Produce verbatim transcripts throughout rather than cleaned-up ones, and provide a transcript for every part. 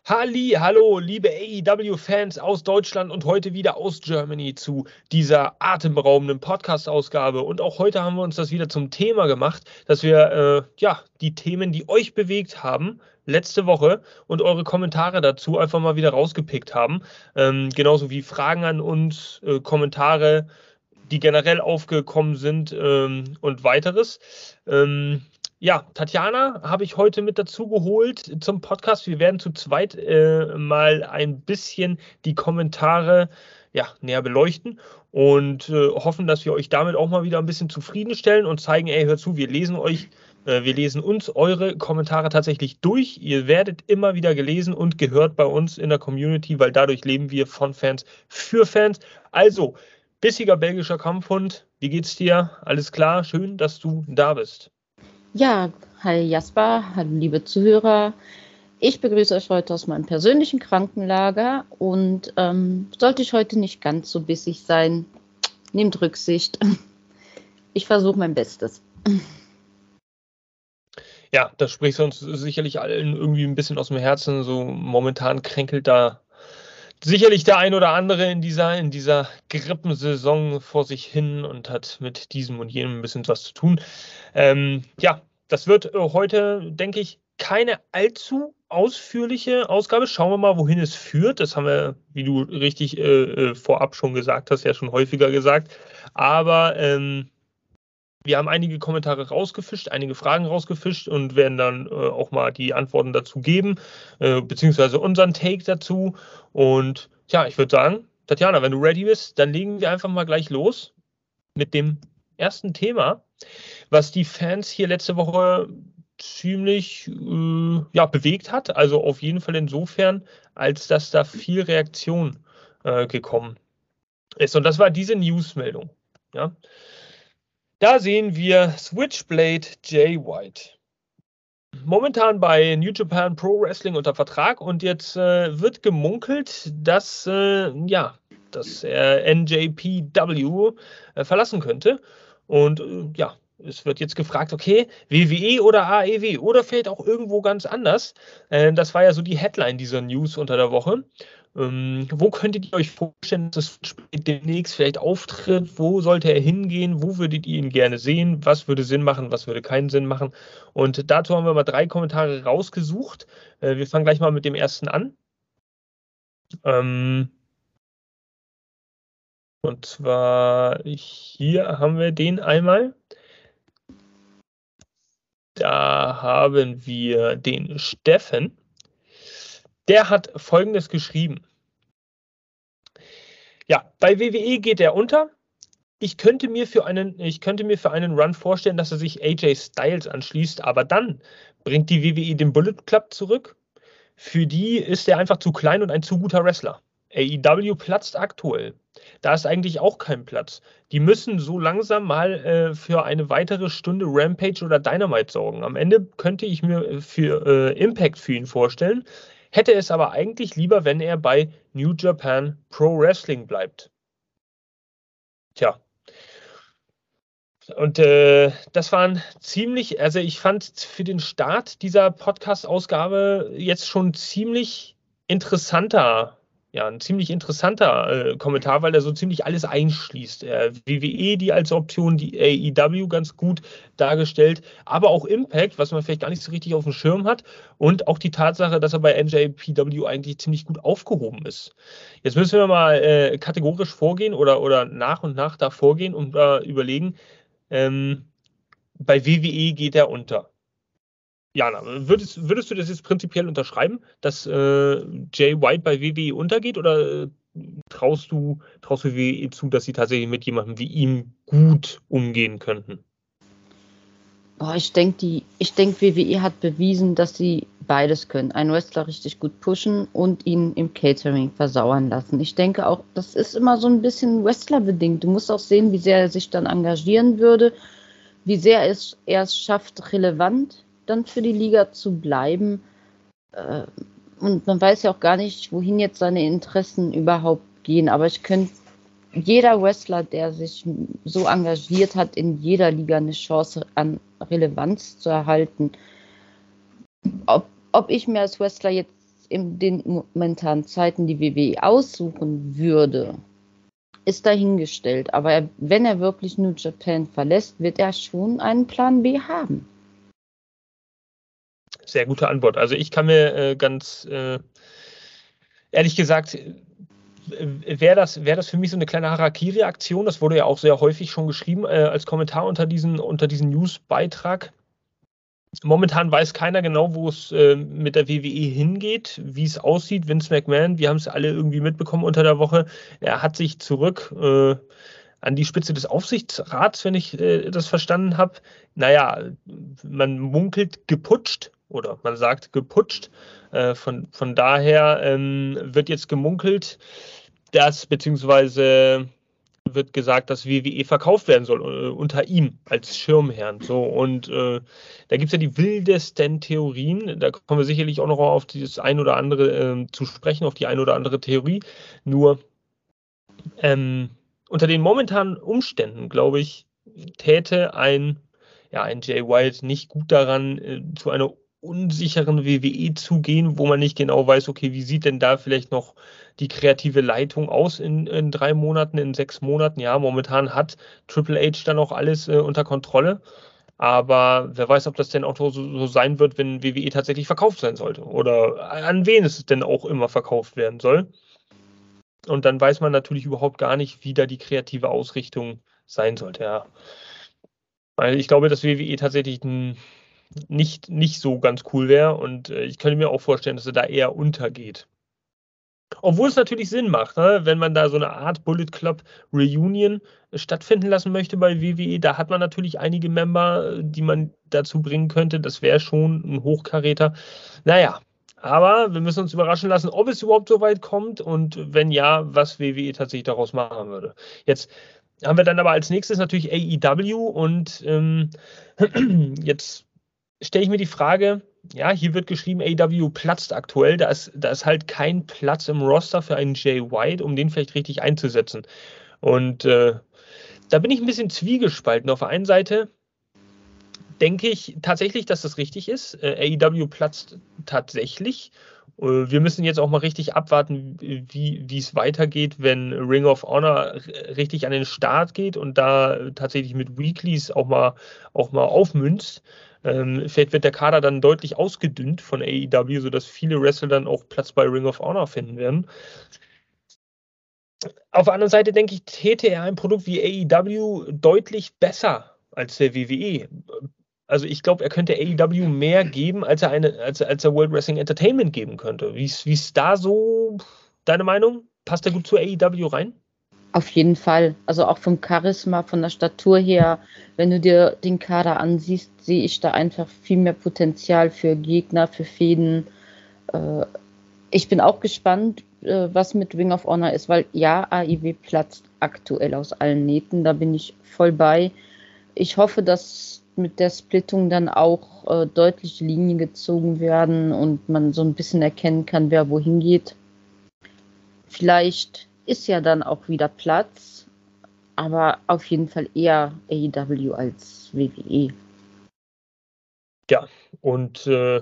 Halli, hallo, liebe A E W-Fans aus Deutschland und heute wieder aus Germany zu dieser atemberaubenden Podcast-Ausgabe. Und auch heute haben wir uns das wieder zum Thema gemacht, dass wir äh, ja die Themen, die euch bewegt haben, letzte Woche und eure Kommentare dazu einfach mal wieder rausgepickt haben. Ähm, genauso wie Fragen an uns, äh, Kommentare, die generell aufgekommen sind ähm, und weiteres. Ähm, ja, Tatjana habe ich heute mit dazu geholt zum Podcast. Wir werden zu zweit äh, mal ein bisschen die Kommentare ja, näher beleuchten und äh, hoffen, dass wir euch damit auch mal wieder ein bisschen zufriedenstellen und zeigen, ey, hört zu, wir lesen euch, äh, wir lesen uns eure Kommentare tatsächlich durch. Ihr werdet immer wieder gelesen und gehört bei uns in der Community, weil dadurch leben wir von Fans für Fans. Also, bissiger belgischer Kampfhund, wie geht's dir? Alles klar? Schön, dass du da bist. Ja, hi Jasper, hallo liebe Zuhörer. Ich begrüße euch heute aus meinem persönlichen Krankenlager und ähm, sollte ich heute nicht ganz so bissig sein, nehmt Rücksicht. Ich versuche mein Bestes. Ja, das spricht uns sicherlich allen irgendwie ein bisschen aus dem Herzen. So momentan kränkelt da sicherlich der ein oder andere in dieser, in dieser Grippensaison vor sich hin und hat mit diesem und jenem ein bisschen was zu tun. Ähm, ja, das wird äh, heute, denke ich, keine allzu ausführliche Ausgabe. Schauen wir mal, wohin es führt. Das haben wir, wie du richtig äh, vorab schon gesagt hast, ja schon häufiger gesagt. Aber ähm, wir haben einige Kommentare rausgefischt, einige Fragen rausgefischt und werden dann äh, auch mal die Antworten dazu geben, äh, beziehungsweise unseren Take dazu. Und ja, ich würde sagen, Tatjana, wenn du ready bist, dann legen wir einfach mal gleich los mit dem ersten Thema, was die Fans hier letzte Woche ziemlich äh, ja, bewegt hat. Also auf jeden Fall insofern, als dass da viel Reaktion äh, gekommen ist. Und das war diese Newsmeldung. Ja. Da sehen wir Switchblade Jay White. Momentan bei New Japan Pro Wrestling unter Vertrag und jetzt äh, wird gemunkelt, dass, äh, ja, dass er N J P W äh, verlassen könnte. Und äh, ja, es wird jetzt gefragt, okay, W W E oder A E W oder vielleicht auch irgendwo ganz anders. Äh, das war ja so die Headline dieser News unter der Woche. Ähm, wo könntet ihr euch vorstellen, dass das demnächst vielleicht auftritt? Wo sollte er hingehen? Wo würdet ihr ihn gerne sehen? Was würde Sinn machen? Was würde keinen Sinn machen? Und dazu haben wir mal drei Kommentare rausgesucht. Äh, wir fangen gleich mal mit dem ersten an. Ähm, und zwar hier haben wir den einmal. Da haben wir den Steffen. Der hat Folgendes geschrieben. Ja, bei W W E geht er unter. Ich könnte mir für einen, ich könnte mir für einen Run vorstellen, dass er sich A J Styles anschließt, aber dann bringt die W W E den Bullet Club zurück. Für die ist er einfach zu klein und ein zu guter Wrestler. A E W platzt aktuell. Da ist eigentlich auch kein Platz. Die müssen so langsam mal äh, für eine weitere Stunde Rampage oder Dynamite sorgen. Am Ende könnte ich mir für äh, Impact für ihn vorstellen, hätte es aber eigentlich lieber, wenn er bei New Japan Pro Wrestling bleibt. Tja. Und äh, das waren ziemlich, also ich fand für den Start dieser Podcast-Ausgabe jetzt schon ziemlich interessanter, ja, ein ziemlich interessanter äh, Kommentar, weil er so ziemlich alles einschließt. Äh, W W E, die als Option, die A E W ganz gut dargestellt, aber auch Impact, was man vielleicht gar nicht so richtig auf dem Schirm hat und auch die Tatsache, dass er bei N J P W eigentlich ziemlich gut aufgehoben ist. Jetzt müssen wir mal äh, kategorisch vorgehen oder, oder nach und nach da vorgehen und äh, überlegen, ähm, bei W W E geht er unter. Jana, würdest, würdest du das jetzt prinzipiell unterschreiben, dass äh, Jay White bei W W E untergeht oder äh, traust du, traust du W W E zu, dass sie tatsächlich mit jemandem wie ihm gut umgehen könnten? Boah, ich denke, die, ich denke, W W E hat bewiesen, dass sie beides können. Einen Wrestler richtig gut pushen und ihn im Catering versauern lassen. Ich denke auch, das ist immer so ein bisschen Wrestler-bedingt. Du musst auch sehen, wie sehr er sich dann engagieren würde, wie sehr es, er es schafft, relevant dann für die Liga zu bleiben. Und man weiß ja auch gar nicht, wohin jetzt seine Interessen überhaupt gehen. Aber ich könnte, jeder Wrestler, der sich so engagiert hat, in jeder Liga eine Chance an Relevanz zu erhalten. Ob, ob ich mir als Wrestler jetzt jetzt in den momentanen Zeiten die W W E aussuchen würde, ist dahingestellt. Aber er, wenn er wirklich New Japan verlässt, wird er schon einen Plan B haben. Sehr gute Antwort. Also ich kann mir äh, ganz äh, ehrlich gesagt, wäre das, wär das für mich so eine kleine Harakiri-Aktion. Das wurde ja auch sehr häufig schon geschrieben äh, als Kommentar unter diesen, unter diesen News-Beitrag. Momentan weiß keiner genau, wo es äh, mit der W W E hingeht, wie es aussieht. Vince McMahon, wir haben es alle irgendwie mitbekommen unter der Woche, er hat sich zurück äh, an die Spitze des Aufsichtsrats, wenn ich äh, das verstanden habe. Naja, man munkelt geputscht oder man sagt geputscht. Äh, von, von daher ähm, wird jetzt gemunkelt, dass beziehungsweise wird gesagt, dass W W E verkauft werden soll äh, unter ihm als Schirmherrn. So, und äh, da gibt es ja die wildesten Theorien. Da kommen wir sicherlich auch noch auf dieses ein oder andere äh, zu sprechen, auf die ein oder andere Theorie. Nur ähm, unter den momentanen Umständen, glaube ich, täte ein, ja, ein Jay White nicht gut daran, äh, zu einer unsicheren W W E zu gehen, wo man nicht genau weiß, okay, wie sieht denn da vielleicht noch die kreative Leitung aus in, in drei Monaten, in sechs Monaten. Ja, momentan hat Triple H dann auch alles äh, unter Kontrolle. Aber wer weiß, ob das denn auch so, so sein wird, wenn W W E tatsächlich verkauft sein sollte. Oder an wen es denn auch immer verkauft werden soll. Und dann weiß man natürlich überhaupt gar nicht, wie da die kreative Ausrichtung sein sollte. Ja. Weil ich glaube, dass W W E tatsächlich ein, nicht, nicht so ganz cool wäre. Und äh, ich könnte mir auch vorstellen, dass er da eher untergeht. Obwohl es natürlich Sinn macht, ne? Wenn man da so eine Art Bullet Club Reunion stattfinden lassen möchte bei W W E, da hat man natürlich einige Member, die man dazu bringen könnte. Das wäre schon ein Hochkaräter. Naja, aber wir müssen uns überraschen lassen, ob es überhaupt so weit kommt und wenn ja, was W W E tatsächlich daraus machen würde. Jetzt haben wir dann aber als nächstes natürlich A E W und ähm, jetzt stelle ich mir die Frage, ja, hier wird geschrieben, A E W platzt aktuell. Da ist, da ist halt kein Platz im Roster für einen Jay White, um den vielleicht richtig einzusetzen. Und äh, da bin ich ein bisschen zwiegespalten. Auf der einen Seite denke ich tatsächlich, dass das richtig ist. Äh, A E W platzt tatsächlich. Äh, wir müssen jetzt auch mal richtig abwarten, wie wie es weitergeht, wenn Ring of Honor richtig an den Start geht und da tatsächlich mit Weeklies auch mal, auch mal aufmünzt. Ähm, vielleicht wird der Kader dann deutlich ausgedünnt von A E W, sodass viele Wrestler dann auch Platz bei Ring of Honor finden werden. Auf der anderen Seite denke ich, täte er ein Produkt wie A E W deutlich besser als der W W E. Also ich glaube, er könnte A E W mehr geben, als er, eine, als, als er World Wrestling Entertainment geben könnte. Wie ist da so deine Meinung? Passt er gut zu A E W rein? Auf jeden Fall. Also auch vom Charisma, von der Statur her. Wenn du dir den Kader ansiehst, sehe ich da einfach viel mehr Potenzial für Gegner, für Fäden. Äh, ich bin auch gespannt, äh, was mit Ring of Honor ist, weil ja, A E W platzt aktuell aus allen Nähten. Da bin ich voll bei. Ich hoffe, dass mit der Splittung dann auch äh, deutliche Linien gezogen werden und man so ein bisschen erkennen kann, wer wohin geht. Vielleicht ist ja dann auch wieder Platz, aber auf jeden Fall eher A E W als W W E. Ja, und äh,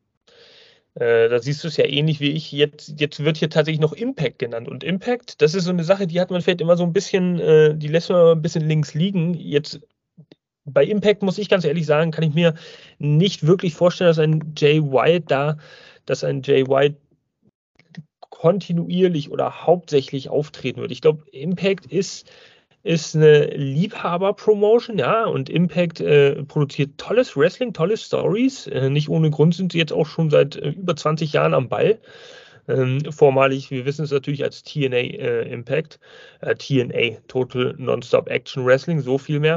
äh, da siehst du es ja ähnlich wie ich. Jetzt, jetzt wird hier tatsächlich noch Impact genannt. Und Impact, das ist so eine Sache, die hat man vielleicht immer so ein bisschen, äh, die lässt man ein bisschen links liegen. Jetzt bei Impact muss ich ganz ehrlich sagen, kann ich mir nicht wirklich vorstellen, dass ein Jay White da, dass ein Jay White kontinuierlich oder hauptsächlich auftreten wird. Ich glaube, Impact ist, ist eine Liebhaber-Promotion, ja, und Impact äh, produziert tolles Wrestling, tolle Stories. Äh, nicht ohne Grund sind sie jetzt auch schon seit äh, über zwanzig Jahren am Ball. Ähm, vormalig, wir wissen es natürlich als T N A äh, Impact, äh, T N A, Total Non-Stop Action Wrestling, so viel mehr.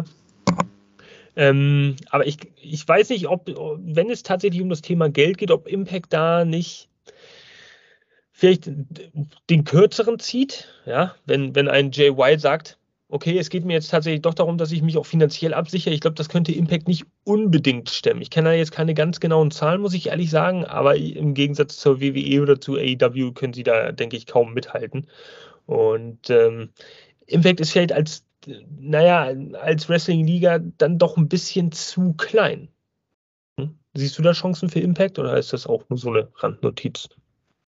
Ähm, aber ich, ich weiß nicht, ob, wenn es tatsächlich um das Thema Geld geht, ob Impact da nicht vielleicht den kürzeren zieht, ja, wenn, wenn ein Jay White sagt, okay, es geht mir jetzt tatsächlich doch darum, dass ich mich auch finanziell absichere. Ich glaube, das könnte Impact nicht unbedingt stemmen. Ich kenne da jetzt keine ganz genauen Zahlen, muss ich ehrlich sagen, aber im Gegensatz zur W W E oder zu A E W können sie da, denke ich, kaum mithalten. Und ähm, Impact ist vielleicht als, naja, als Wrestling-Liga dann doch ein bisschen zu klein. Hm? Siehst du da Chancen für Impact oder ist das auch nur so eine Randnotiz?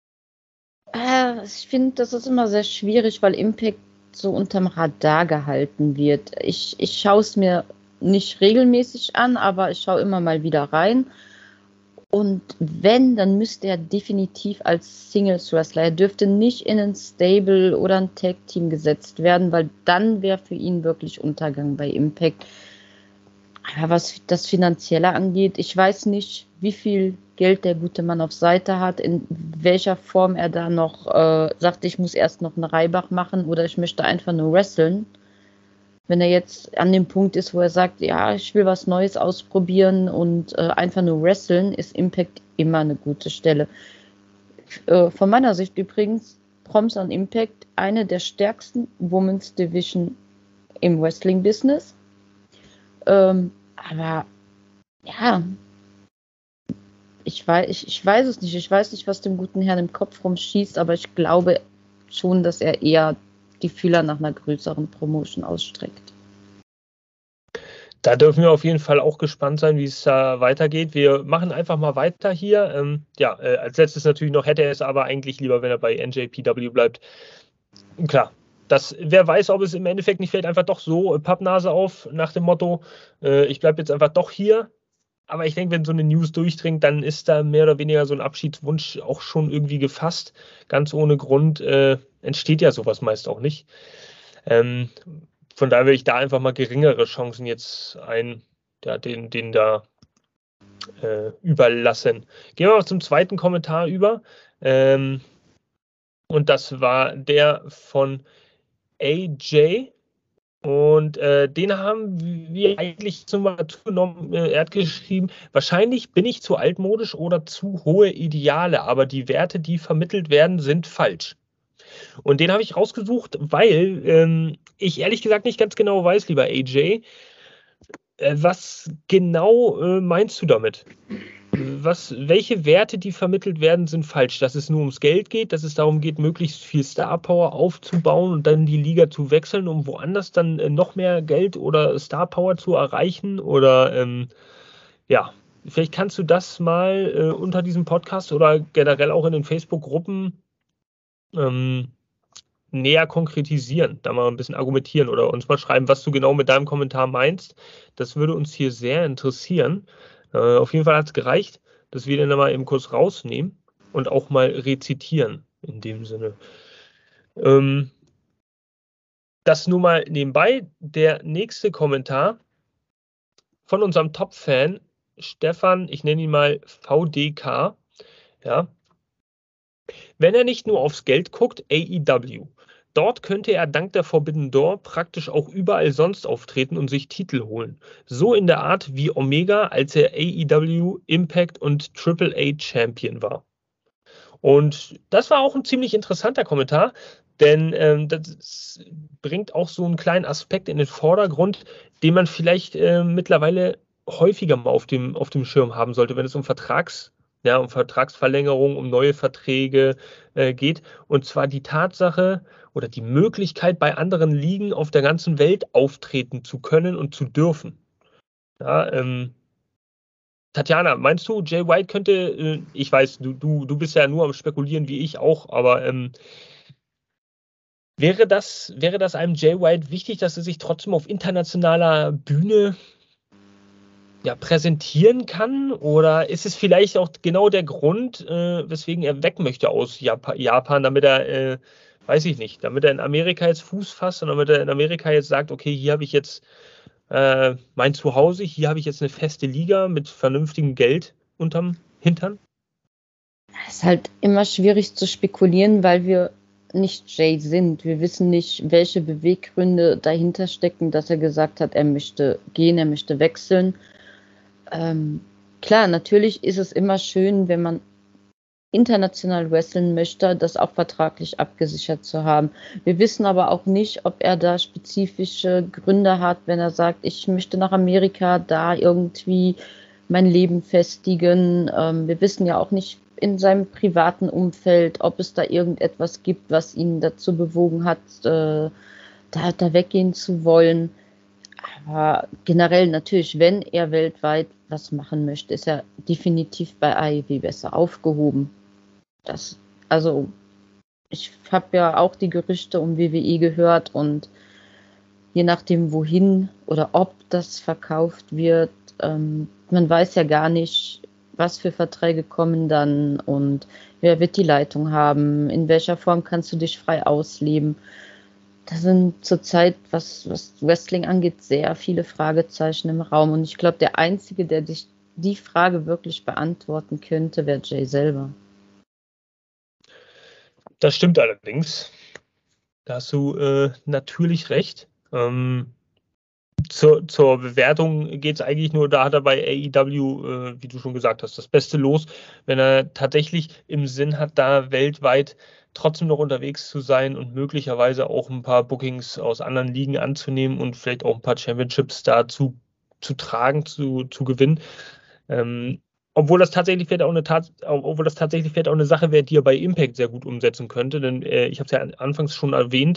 Äh, ich finde, das ist immer sehr schwierig, weil Impact so unterm Radar gehalten wird. Ich, ich schaue es mir nicht regelmäßig an, aber ich schaue immer mal wieder rein. Und wenn, dann müsste er definitiv als Singles-Wrestler. Er dürfte nicht in ein Stable oder ein Tag-Team gesetzt werden, weil dann wäre für ihn wirklich Untergang bei Impact. Aber was das Finanzielle angeht, ich weiß nicht, wie viel Geld der gute Mann auf Seite hat, in welcher Form er da noch äh, sagt, ich muss erst noch einen Reibach machen oder ich möchte einfach nur wresteln. Wenn er jetzt an dem Punkt ist, wo er sagt, ja, ich will was Neues ausprobieren und äh, einfach nur wresteln, ist Impact immer eine gute Stelle. Äh, von meiner Sicht übrigens, Proms an Impact, eine der stärksten Women's Division im Wrestling-Business. Ähm, aber ja, ich weiß, ich, ich weiß es nicht. Ich weiß nicht, was dem guten Herrn im Kopf rumschießt, aber ich glaube schon, dass er eher die Fühler nach einer größeren Promotion ausstreckt. Da dürfen wir auf jeden Fall auch gespannt sein, wie es da weitergeht. Wir machen einfach mal weiter hier. Ähm, ja, äh, als letztes natürlich noch, hätte er es aber eigentlich lieber, wenn er bei N J P W bleibt. Klar, das, wer weiß, ob es im Endeffekt nicht fällt, einfach doch so äh, Pappnase auf, nach dem Motto, äh, ich bleibe jetzt einfach doch hier. Aber ich denke, wenn so eine News durchdringt, dann ist da mehr oder weniger so ein Abschiedswunsch auch schon irgendwie gefasst. Ganz ohne Grund äh, entsteht ja sowas meist auch nicht. Ähm, von daher will ich da einfach mal geringere Chancen jetzt ein, ja, den, den da äh, überlassen. Gehen wir mal zum zweiten Kommentar über. Ähm, und das war der von A J. Und äh, den haben wir eigentlich zum dazu genommen. Äh, er hat geschrieben, wahrscheinlich bin ich zu altmodisch oder zu hohe Ideale, aber die Werte, die vermittelt werden, sind falsch. Und den habe ich rausgesucht, weil ähm, ich ehrlich gesagt nicht ganz genau weiß, lieber A J, äh, was genau äh, meinst du damit? Was, welche Werte, die vermittelt werden, sind falsch? Dass es nur ums Geld geht, dass es darum geht, möglichst viel Star Power aufzubauen und dann die Liga zu wechseln, um woanders dann äh, noch mehr Geld oder Star Power zu erreichen? Oder ähm, ja, vielleicht kannst du das mal äh, unter diesem Podcast oder generell auch in den Facebook-Gruppen ähm, näher konkretisieren, da mal ein bisschen argumentieren oder uns mal schreiben, was du genau mit deinem Kommentar meinst. Das würde uns hier sehr interessieren. Äh, auf jeden Fall hat es gereicht, dass wir den dann mal eben kurz rausnehmen und auch mal rezitieren in dem Sinne. Ähm, das nur mal nebenbei. Der nächste Kommentar von unserem Top-Fan Stefan, ich nenne ihn mal V D K. Ja. Wenn er nicht nur aufs Geld guckt, A E W. Dort könnte er dank der Forbidden Door praktisch auch überall sonst auftreten und sich Titel holen. So in der Art wie Omega, als er A E W, Impact und Triple A Champion war. Und das war auch ein ziemlich interessanter Kommentar, denn ähm, das bringt auch so einen kleinen Aspekt in den Vordergrund, den man vielleicht äh, mittlerweile häufiger mal auf dem, auf dem Schirm haben sollte, wenn es um Vertrags ja, um Vertragsverlängerung, um neue Verträge äh, geht. Und zwar die Tatsache oder die Möglichkeit, bei anderen Ligen auf der ganzen Welt auftreten zu können und zu dürfen. Ja, ähm, Tatjana, meinst du, Jay White könnte, äh, ich weiß, du, du, du bist ja nur am Spekulieren wie ich auch, aber ähm, wäre das, wäre das einem Jay White wichtig, dass er sich trotzdem auf internationaler Bühne ja, präsentieren kann? Oder ist es vielleicht auch genau der Grund, äh, weswegen er weg möchte aus Jap Japan, damit er, äh, weiß ich nicht, damit er in Amerika jetzt Fuß fasst und damit er in Amerika jetzt sagt, okay, hier habe ich jetzt äh, mein Zuhause, hier habe ich jetzt eine feste Liga mit vernünftigem Geld unterm Hintern? Es ist halt immer schwierig zu spekulieren, weil wir nicht Jay sind. Wir wissen nicht, welche Beweggründe dahinter stecken, dass er gesagt hat, er möchte gehen, er möchte wechseln. Ähm, klar, natürlich ist es immer schön, wenn man international wresteln möchte, das auch vertraglich abgesichert zu haben. Wir wissen aber auch nicht, ob er da spezifische Gründe hat, wenn er sagt, ich möchte nach Amerika da irgendwie mein Leben festigen. Ähm, wir wissen ja auch nicht in seinem privaten Umfeld, ob es da irgendetwas gibt, was ihn dazu bewogen hat, äh, da, da weggehen zu wollen. Aber generell natürlich, wenn er weltweit was machen möchte, ist er definitiv bei A E W besser aufgehoben. Das, also ich habe ja auch die Gerüchte um W W E gehört und je nachdem wohin oder ob das verkauft wird, ähm, man weiß ja gar nicht, was für Verträge kommen dann und wer wird die Leitung haben, in welcher Form kannst du dich frei ausleben. Da sind zurzeit, was, was Wrestling angeht, sehr viele Fragezeichen im Raum und ich glaube, der Einzige, der dich die Frage wirklich beantworten könnte, wäre Jay selber. Das stimmt allerdings. Da hast du äh, natürlich recht. Ähm, zur, zur Bewertung geht es eigentlich nur, da hat er bei A E W, äh, wie du schon gesagt hast, das Beste los, wenn er tatsächlich im Sinn hat, da weltweit trotzdem noch unterwegs zu sein und möglicherweise auch ein paar Bookings aus anderen Ligen anzunehmen und vielleicht auch ein paar Championships da zu, zu tragen, zu, zu gewinnen. Ähm, obwohl das tatsächlich vielleicht auch eine Tat, obwohl das tatsächlich vielleicht auch eine Sache wäre, die er bei Impact sehr gut umsetzen könnte, denn äh, ich habe es ja anfangs schon erwähnt,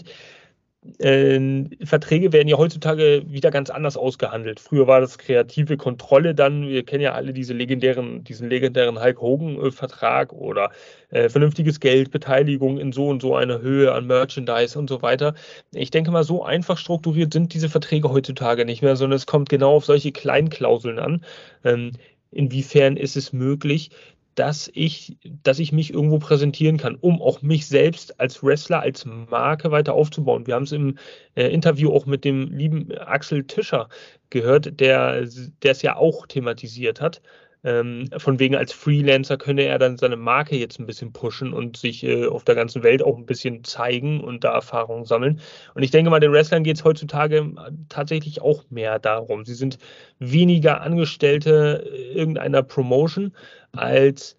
äh, Verträge werden ja heutzutage wieder ganz anders ausgehandelt. Früher war das kreative Kontrolle dann, wir kennen ja alle diese legendären, diesen legendären Hulk Hogan-Vertrag oder äh, vernünftiges Geld, Beteiligung in so und so einer Höhe an Merchandise und so weiter. Ich denke mal, so einfach strukturiert sind diese Verträge heutzutage nicht mehr, sondern es kommt genau auf solche Kleinklauseln an. Ähm, inwiefern ist es möglich, dass ich, dass ich mich irgendwo präsentieren kann, um auch mich selbst als Wrestler, als Marke weiter aufzubauen. Wir haben es im äh, Interview auch mit dem lieben Axel Tischer gehört, der, der es ja auch thematisiert hat. Ähm, von wegen als Freelancer könne er dann seine Marke jetzt ein bisschen pushen und sich äh, auf der ganzen Welt auch ein bisschen zeigen und da Erfahrungen sammeln. Und ich denke mal, den Wrestlern geht es heutzutage tatsächlich auch mehr darum. Sie sind weniger Angestellte irgendeiner Promotion als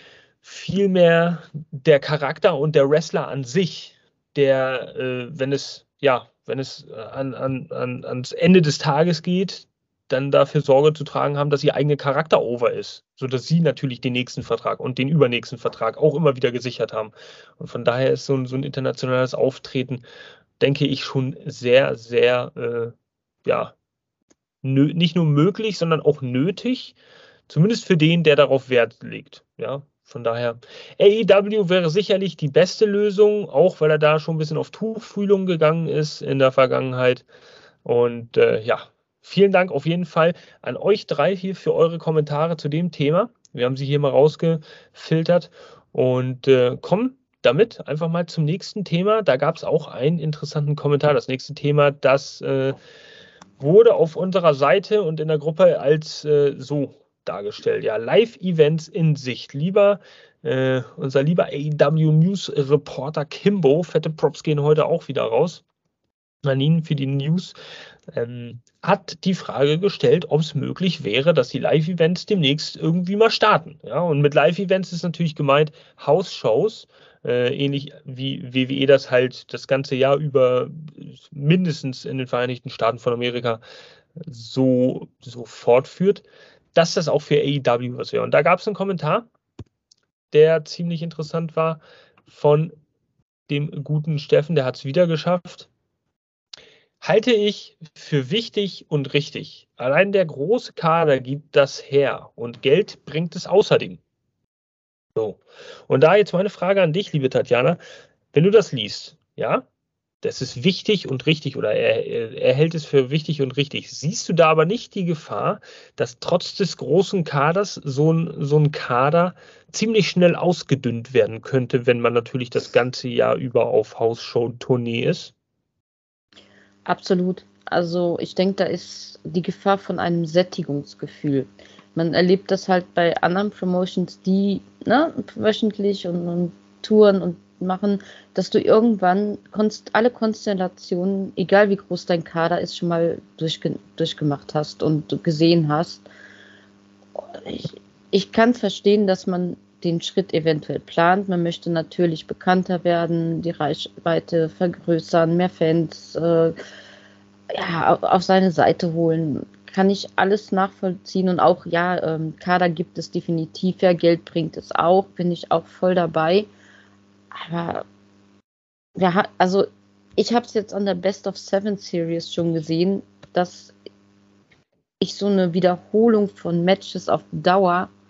vielmehr der Charakter und der Wrestler an sich, der, äh, wenn es, ja, wenn es an, an, an, ans Ende des Tages geht, dann dafür Sorge zu tragen haben, dass ihr eigener Charakter over ist, sodass sie natürlich den nächsten Vertrag und den übernächsten Vertrag auch immer wieder gesichert haben. Und von daher ist so ein, so ein internationales Auftreten, denke ich, schon sehr, sehr, äh, ja, nö- nicht nur möglich, sondern auch nötig, zumindest für den, der darauf Wert legt. Ja, von daher, A E W wäre sicherlich die beste Lösung, auch weil er da schon ein bisschen auf Tuchfühlung gegangen ist in der Vergangenheit. Und äh, ja, vielen Dank auf jeden Fall an euch drei hier für eure Kommentare zu dem Thema. Wir haben sie hier mal rausgefiltert und äh, kommen damit einfach mal zum nächsten Thema. Da gab es auch einen interessanten Kommentar. Das nächste Thema, das äh, wurde auf unserer Seite und in der Gruppe als äh, so dargestellt. Ja, Live-Events in Sicht. Lieber, äh, unser lieber A E W News Reporter Kimbo, fette Props gehen heute auch wieder raus an ihn für die News, ähm, hat die Frage gestellt, ob es möglich wäre, dass die Live-Events demnächst irgendwie mal starten. Ja, und mit Live-Events ist natürlich gemeint House-Shows, äh, ähnlich wie W W E das halt das ganze Jahr über mindestens in den Vereinigten Staaten von Amerika so, so fortführt, dass das auch für A E W was wäre. Und da gab es einen Kommentar, der ziemlich interessant war, von dem guten Steffen, der hat es wieder geschafft. Halte ich für wichtig und richtig. Allein der große Kader gibt das her und Geld bringt es außerdem. So. Und da jetzt meine Frage an dich, liebe Tatjana, wenn du das liest, ja, das ist wichtig und richtig oder er, er, er hält es für wichtig und richtig. Siehst du da aber nicht die Gefahr, dass trotz des großen Kaders so ein, so ein Kader ziemlich schnell ausgedünnt werden könnte, wenn man natürlich das ganze Jahr über auf Hausshow-Tournee ist? Absolut. Also ich denke, da ist die Gefahr von einem Sättigungsgefühl. Man erlebt das halt bei anderen Promotions, die ne, wöchentlich und, und touren und machen, dass du irgendwann konst, alle Konstellationen, egal wie groß dein Kader ist, schon mal durchge, durchgemacht hast und gesehen hast. Ich, ich kann verstehen, dass man den Schritt eventuell plant. Man möchte natürlich bekannter werden, die Reichweite vergrößern, mehr Fans äh, ja, auf seine Seite holen. Kann ich alles nachvollziehen und auch, ja, ähm, Kader gibt es definitiv, ja, Geld bringt es auch, bin ich auch voll dabei. Aber ja, also ich habe es jetzt an der Best of Seven Series schon gesehen, dass ich so eine Wiederholung von Matches auf Dauer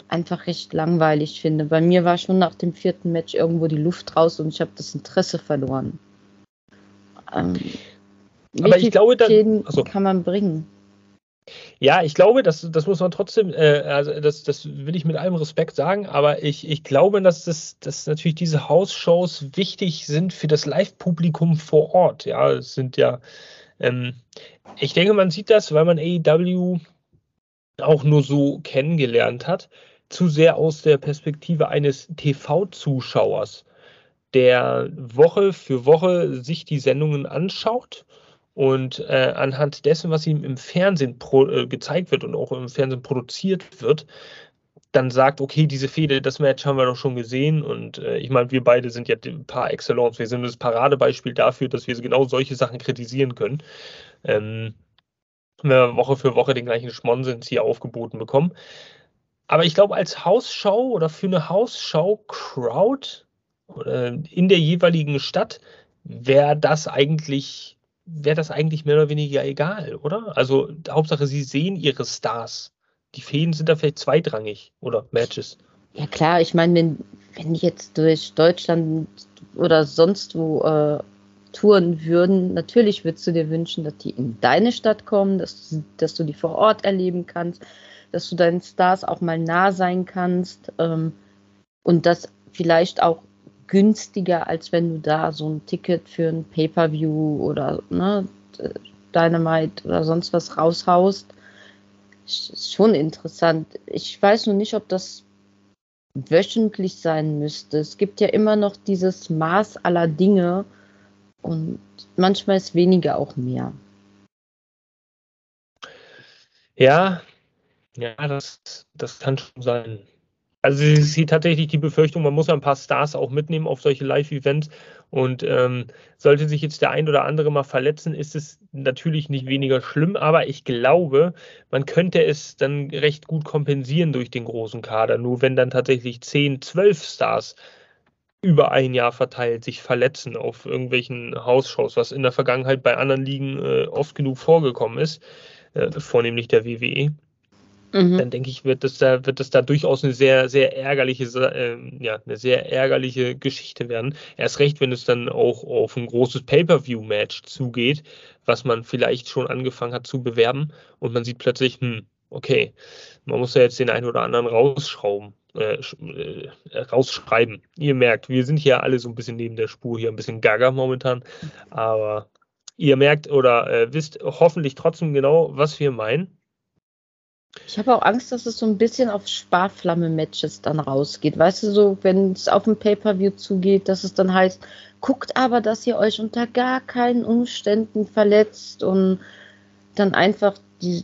einfach recht langweilig finde. Bei mir war schon nach dem vierten Match irgendwo die Luft raus und ich habe das Interesse verloren. Ähm, wie Aber ich viele glaube, da, Fäden achso. kann man bringen? Ja, ich glaube, das, das muss man trotzdem, äh, also das, das will ich mit allem Respekt sagen, aber ich, ich glaube, dass, das, dass natürlich diese House-Shows wichtig sind für das Live-Publikum vor Ort. Ja, es sind ja, ähm, ich denke, man sieht das, weil man A E W auch nur so kennengelernt hat, zu sehr aus der Perspektive eines T V-Zuschauers, der Woche für Woche sich die Sendungen anschaut und äh, anhand dessen, was ihm im Fernsehen pro, äh, gezeigt wird und auch im Fernsehen produziert wird, dann sagt, okay, diese Fehde, das Match haben wir doch schon gesehen und äh, ich meine, wir beide sind ja par excellence, wir sind das Paradebeispiel dafür, dass wir genau solche Sachen kritisieren können. Ähm, wenn wir Woche für Woche den gleichen Schmonsens hier aufgeboten bekommen. Aber ich glaube, als Hausschau oder für eine Hausschau-Crowd äh, in der jeweiligen Stadt wäre das eigentlich, wäre das eigentlich mehr oder weniger egal, oder? Also Hauptsache, sie sehen ihre Stars. Die Fäden sind da vielleicht zweitrangig oder Matches. Ja klar, ich meine, wenn, wenn die jetzt durch Deutschland oder sonst wo äh, touren würden, natürlich würdest du dir wünschen, dass die in deine Stadt kommen, dass, du- dass du die vor Ort erleben kannst, dass du deinen Stars auch mal nah sein kannst ähm, und das vielleicht auch günstiger, als wenn du da so ein Ticket für ein Pay-Per-View oder ne, Dynamite oder sonst was raushaust. Ist schon interessant. Ich weiß nur nicht, ob das wöchentlich sein müsste. Es gibt ja immer noch dieses Maß aller Dinge und manchmal ist weniger auch mehr. Ja, ja, das, das kann schon sein. Also ich sehe tatsächlich die Befürchtung, man muss ja ein paar Stars auch mitnehmen auf solche Live-Events und ähm, sollte sich jetzt der ein oder andere mal verletzen, ist es natürlich nicht weniger schlimm, aber ich glaube, man könnte es dann recht gut kompensieren durch den großen Kader. Nur wenn dann tatsächlich zehn, zwölf Stars über ein Jahr verteilt sich verletzen auf irgendwelchen Hausshows, was in der Vergangenheit bei anderen Ligen äh, oft genug vorgekommen ist, äh, vornehmlich der W W E, Mhm. dann denke ich, wird das da, wird das da durchaus eine sehr, sehr ärgerliche, äh, ja, eine sehr ärgerliche Geschichte werden. Erst recht, wenn es dann auch auf ein großes Pay-Per-View-Match zugeht, was man vielleicht schon angefangen hat zu bewerben und man sieht plötzlich, hm, okay, man muss ja jetzt den einen oder anderen rausschrauben, äh, äh, rausschreiben. Ihr merkt, wir sind hier alle so ein bisschen neben der Spur, hier ein bisschen gaga momentan, aber ihr merkt oder äh, wisst hoffentlich trotzdem genau, was wir meinen. Ich habe auch Angst, dass es so ein bisschen auf Sparflamme-Matches dann rausgeht. Weißt du, so, wenn es auf ein Pay-Per-View zugeht, dass es dann heißt, guckt aber, dass ihr euch unter gar keinen Umständen verletzt und dann einfach die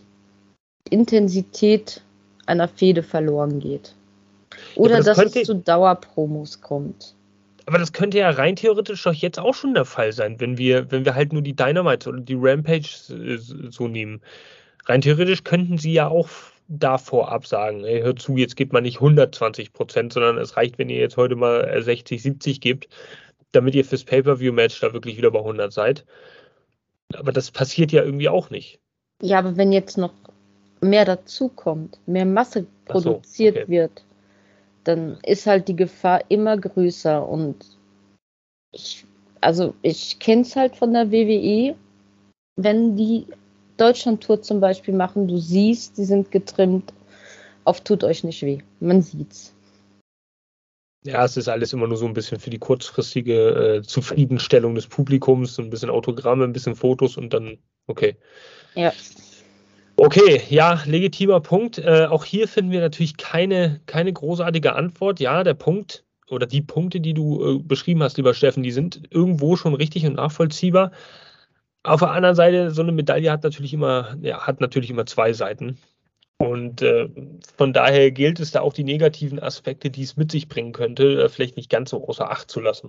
Intensität einer Fehde verloren geht. Ja, aber Oder das dass es könnte, zu Dauerpromos kommt. Aber das könnte ja rein theoretisch doch jetzt auch schon der Fall sein, wenn wir, wenn wir halt nur die Dynamite oder die Rampage äh, so nehmen. Rein theoretisch könnten sie ja auch da vorab sagen, ey, hört zu, jetzt gebt mal nicht hundertzwanzig Prozent, sondern es reicht, wenn ihr jetzt heute mal äh, sechzig, siebzig gebt, damit ihr fürs Pay-Per-View-Match da wirklich wieder bei hundert seid. Aber das passiert ja irgendwie auch nicht. Ja, aber wenn jetzt noch mehr dazukommt, mehr Masse Ach so, produziert okay. wird, dann ist halt die Gefahr immer größer. Und ich, also ich kenne es halt von der W W E, wenn die Deutschland-Tour zum Beispiel machen, du siehst, die sind getrimmt auf tut euch nicht weh. Man sieht's. Ja, es ist alles immer nur so ein bisschen für die kurzfristige äh, Zufriedenstellung des Publikums, so ein bisschen Autogramme, ein bisschen Fotos und dann, okay. Ja. Okay, ja, legitimer Punkt. Äh, auch hier finden wir natürlich keine, keine großartige Antwort. Ja, der Punkt oder die Punkte, die du äh, beschrieben hast, lieber Steffen, die sind irgendwo schon richtig und nachvollziehbar. Auf der anderen Seite, so eine Medaille hat natürlich immer, ja, hat natürlich immer zwei Seiten. Und äh, von daher gilt es da auch die negativen Aspekte, die es mit sich bringen könnte, äh, vielleicht nicht ganz so außer Acht zu lassen.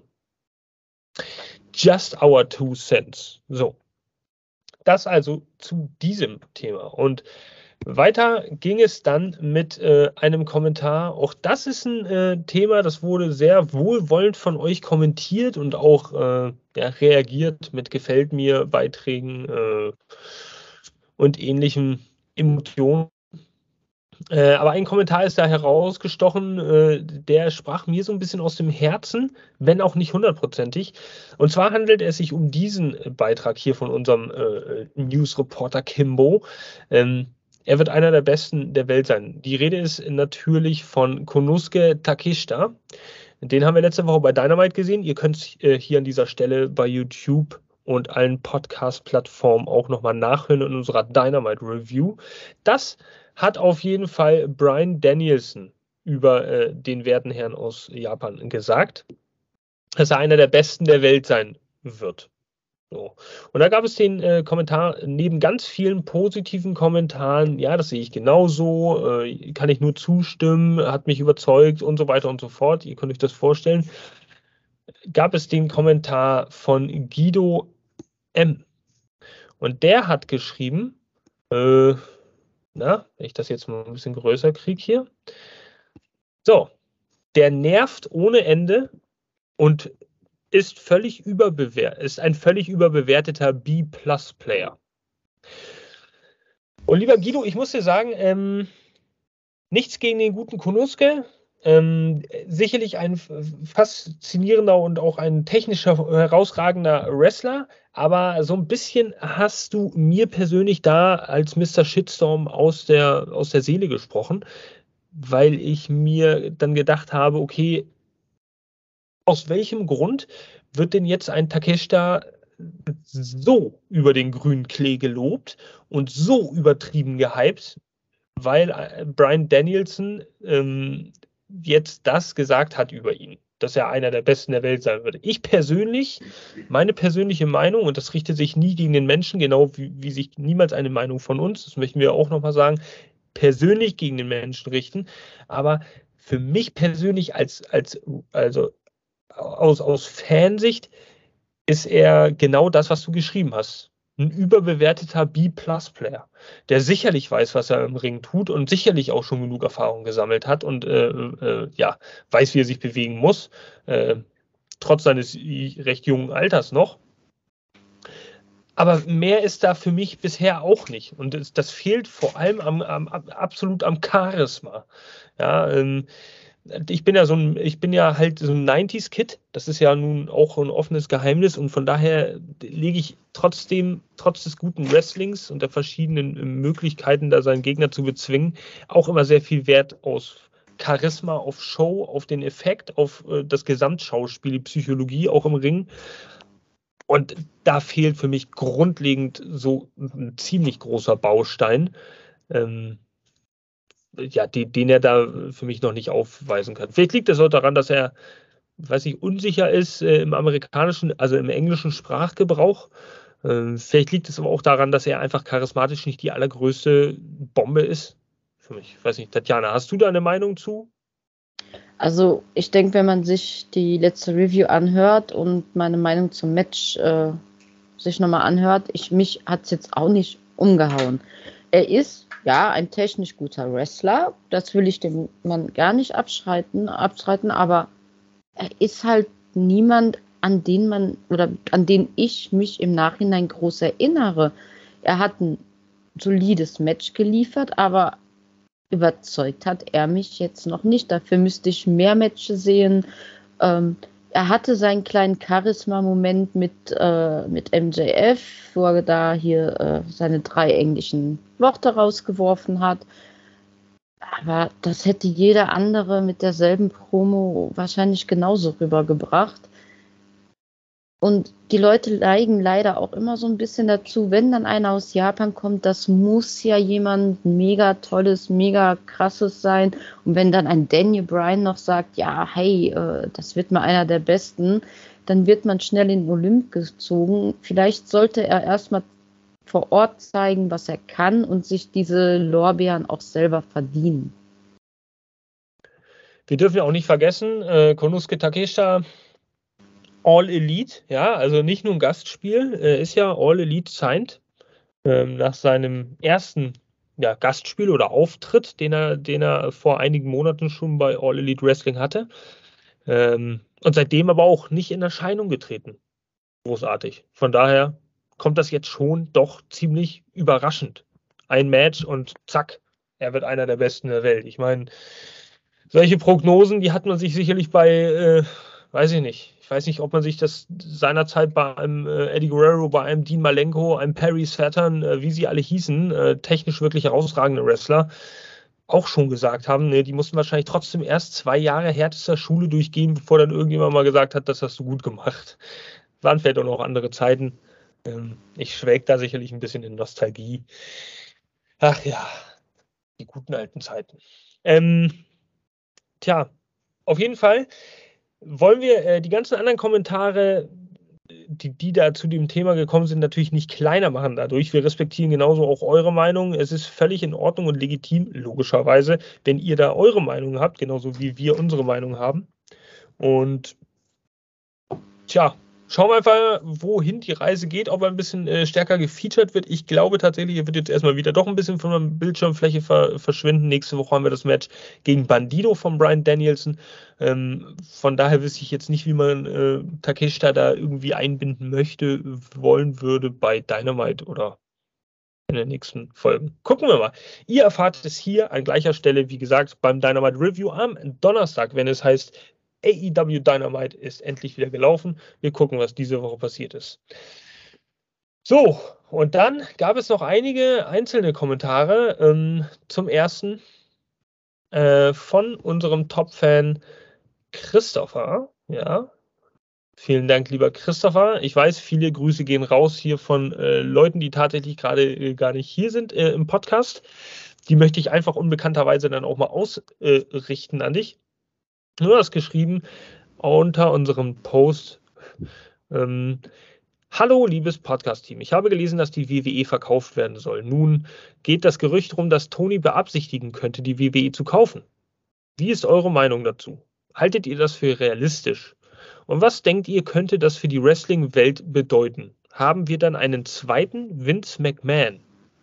Just our two cents. So, das also zu diesem Thema. Und weiter ging es dann mit äh, einem Kommentar. Auch das ist ein äh, Thema, das wurde sehr wohlwollend von euch kommentiert und auch äh, ja, reagiert mit Gefällt mir, Beiträgen äh, und ähnlichen Emotionen. Äh, aber ein Kommentar ist da herausgestochen, äh, der sprach mir so ein bisschen aus dem Herzen, wenn auch nicht hundertprozentig. Und zwar handelt es sich um diesen Beitrag hier von unserem äh, News-Reporter Kimbo. Ähm, er wird einer der Besten der Welt sein. Die Rede ist natürlich von Konosuke Takeshita. Den haben wir letzte Woche bei Dynamite gesehen. Ihr könnt es äh, hier an dieser Stelle bei YouTube und allen Podcast-Plattformen auch nochmal nachhören in unserer Dynamite-Review. Das hat auf jeden Fall Bryan Danielson über äh, den werten Herrn aus Japan gesagt, dass er einer der Besten der Welt sein wird. So. Und da gab es den äh, Kommentar, neben ganz vielen positiven Kommentaren, ja, das sehe ich genauso, äh, kann ich nur zustimmen, hat mich überzeugt und so weiter und so fort. Ihr könnt euch das vorstellen. Gab es den Kommentar von Guido M. Und der hat geschrieben, äh, na, wenn ich das jetzt mal ein bisschen größer kriege hier. So, der nervt ohne Ende und ist völlig überbewertet, ist ein völlig überbewerteter B-Plus-Player. Und lieber Guido, ich muss dir sagen, ähm, nichts gegen den guten Konosuke. Ähm, sicherlich ein faszinierender und auch ein technischer, herausragender Wrestler, aber so ein bisschen hast du mir persönlich da als Mister Shitstorm aus der, aus der Seele gesprochen, weil ich mir dann gedacht habe, okay, aus welchem Grund wird denn jetzt ein Takeshita so über den grünen Klee gelobt und so übertrieben gehypt, weil Bryan Danielson ähm, jetzt das gesagt hat über ihn, dass er einer der Besten der Welt sein würde. Ich persönlich, meine persönliche Meinung, und das richtet sich nie gegen den Menschen, genau wie, wie sich niemals eine Meinung von uns, das möchten wir auch nochmal sagen, persönlich gegen den Menschen richten, aber für mich persönlich als, als also aus, aus Fansicht ist er genau das, was du geschrieben hast. Ein überbewerteter B-Plus-Player, der sicherlich weiß, was er im Ring tut und sicherlich auch schon genug Erfahrung gesammelt hat und äh, äh, ja, weiß, wie er sich bewegen muss, äh, trotz seines recht jungen Alters noch. Aber mehr ist da für mich bisher auch nicht. Und das, das fehlt vor allem am, am, absolut am Charisma. Ja, ähm, ich bin ja so ein, ich bin ja halt so ein neunziger-Kid. Das ist ja nun auch ein offenes Geheimnis und von daher lege ich trotzdem, trotz des guten Wrestlings und der verschiedenen Möglichkeiten, da seinen Gegner zu bezwingen, auch immer sehr viel Wert aus Charisma, auf Show, auf den Effekt, auf äh, das Gesamtschauspiel, die Psychologie auch im Ring. Und da fehlt für mich grundlegend so ein ziemlich großer Baustein. Ähm, ja, die, den er da für mich noch nicht aufweisen kann. Vielleicht liegt es auch daran, dass er, weiß ich, unsicher ist äh, im amerikanischen, also im englischen Sprachgebrauch. Ähm, vielleicht liegt es aber auch daran, dass er einfach charismatisch nicht die allergrößte Bombe ist. Für mich, weiß nicht, Tatjana, hast du da eine Meinung zu? Also ich denke, wenn man sich die letzte Review anhört und meine Meinung zum Match äh, sich nochmal anhört, ich, mich hat es jetzt auch nicht umgehauen. Er ist ja ein technisch guter Wrestler, das will ich dem Mann gar nicht abschreiten, abstreiten, aber er ist halt niemand, an den man oder an den ich mich im Nachhinein groß erinnere. Er hat ein solides Match geliefert, aber überzeugt hat er mich jetzt noch nicht. Dafür müsste ich mehr Matches sehen. Ähm, er hatte seinen kleinen Charisma-Moment mit, äh, mit M J F, wo er da hier äh, seine drei englischen Worte rausgeworfen hat. Aber das hätte jeder andere mit derselben Promo wahrscheinlich genauso rübergebracht. Und die Leute neigen leider auch immer so ein bisschen dazu, wenn dann einer aus Japan kommt, das muss ja jemand mega tolles, mega krasses sein. Und wenn dann ein Daniel Bryan noch sagt, ja, hey, äh, das wird mal einer der Besten, dann wird man schnell in den Olymp gezogen. Vielleicht sollte er erstmal vor Ort zeigen, was er kann und sich diese Lorbeeren auch selber verdienen. Wir dürfen ja auch nicht vergessen, äh, Konosuke Takeshita All Elite, ja, also nicht nur ein Gastspiel, äh, ist ja All Elite signed ähm, nach seinem ersten ja, Gastspiel oder Auftritt, den er, den er vor einigen Monaten schon bei All Elite Wrestling hatte. Ähm, und seitdem aber auch nicht in Erscheinung getreten. Großartig. Von daher kommt das jetzt schon doch ziemlich überraschend. Ein Match und zack, er wird einer der Besten der Welt. Ich meine, solche Prognosen, die hat man sich sicherlich bei, äh, weiß ich nicht, ich weiß nicht, ob man sich das seinerzeit bei einem äh, Eddie Guerrero, bei einem Dean Malenko, einem Perry Saturn, äh, wie sie alle hießen, äh, technisch wirklich herausragende Wrestler, auch schon gesagt haben, ne, die mussten wahrscheinlich trotzdem erst zwei Jahre härtester Schule durchgehen, bevor dann irgendjemand mal gesagt hat, das hast du gut gemacht. Waren vielleicht auch noch andere Zeiten. Ähm, ich schwelge da sicherlich ein bisschen in Nostalgie. Ach ja, die guten alten Zeiten. Ähm, tja, auf jeden Fall wollen wir äh, die ganzen anderen Kommentare, die, die da zu dem Thema gekommen sind, natürlich nicht kleiner machen dadurch. Wir respektieren genauso auch eure Meinung. Es ist völlig in Ordnung und legitim, logischerweise, wenn ihr da eure Meinung habt, genauso wie wir unsere Meinung haben. Und tja, schauen wir einfach, wohin die Reise geht, ob er ein bisschen äh, stärker gefeatured wird. Ich glaube tatsächlich, er wird jetzt erstmal wieder doch ein bisschen von der Bildschirmfläche ver verschwinden. Nächste Woche haben wir das Match gegen Bandido von Bryan Danielson. Ähm, von daher wüsste ich jetzt nicht, wie man äh, Takeshita da irgendwie einbinden möchte, wollen würde bei Dynamite oder in den nächsten Folgen. Gucken wir mal. Ihr erfahrt es hier an gleicher Stelle, wie gesagt, beim Dynamite Review am Donnerstag, wenn es heißt, A E W Dynamite ist endlich wieder gelaufen. Wir gucken, was diese Woche passiert ist. So, und dann gab es noch einige einzelne Kommentare. Ähm, zum ersten äh, von unserem Top-Fan Christopher. Ja, vielen Dank, lieber Christopher. Ich weiß, viele Grüße gehen raus hier von äh, Leuten, die tatsächlich gerade äh, gar nicht hier sind äh, im Podcast. Die möchte ich einfach unbekannterweise dann auch mal ausrichten äh, an dich. Du hast geschrieben unter unserem Post, ähm, hallo, liebes Podcast-Team. Ich habe gelesen, dass die W W E verkauft werden soll. Nun geht das Gerücht rum, dass Tony beabsichtigen könnte, die W W E zu kaufen. Wie ist eure Meinung dazu? Haltet ihr das für realistisch? Und was denkt ihr, könnte das für die Wrestling-Welt bedeuten? Haben wir dann einen zweiten Vince McMahon?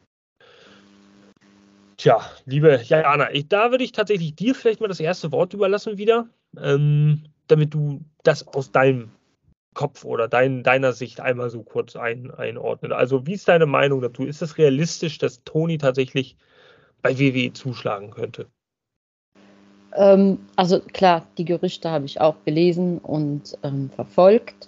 Tja, liebe Jana, ich, da würde ich tatsächlich dir vielleicht mal das erste Wort überlassen wieder, ähm, damit du das aus deinem Kopf oder dein, deiner Sicht einmal so kurz ein, einordnet. Also wie ist deine Meinung dazu? Ist es realistisch, dass Tony tatsächlich bei W W E zuschlagen könnte? Ähm, also klar, die Gerüchte habe ich auch gelesen und ähm, verfolgt.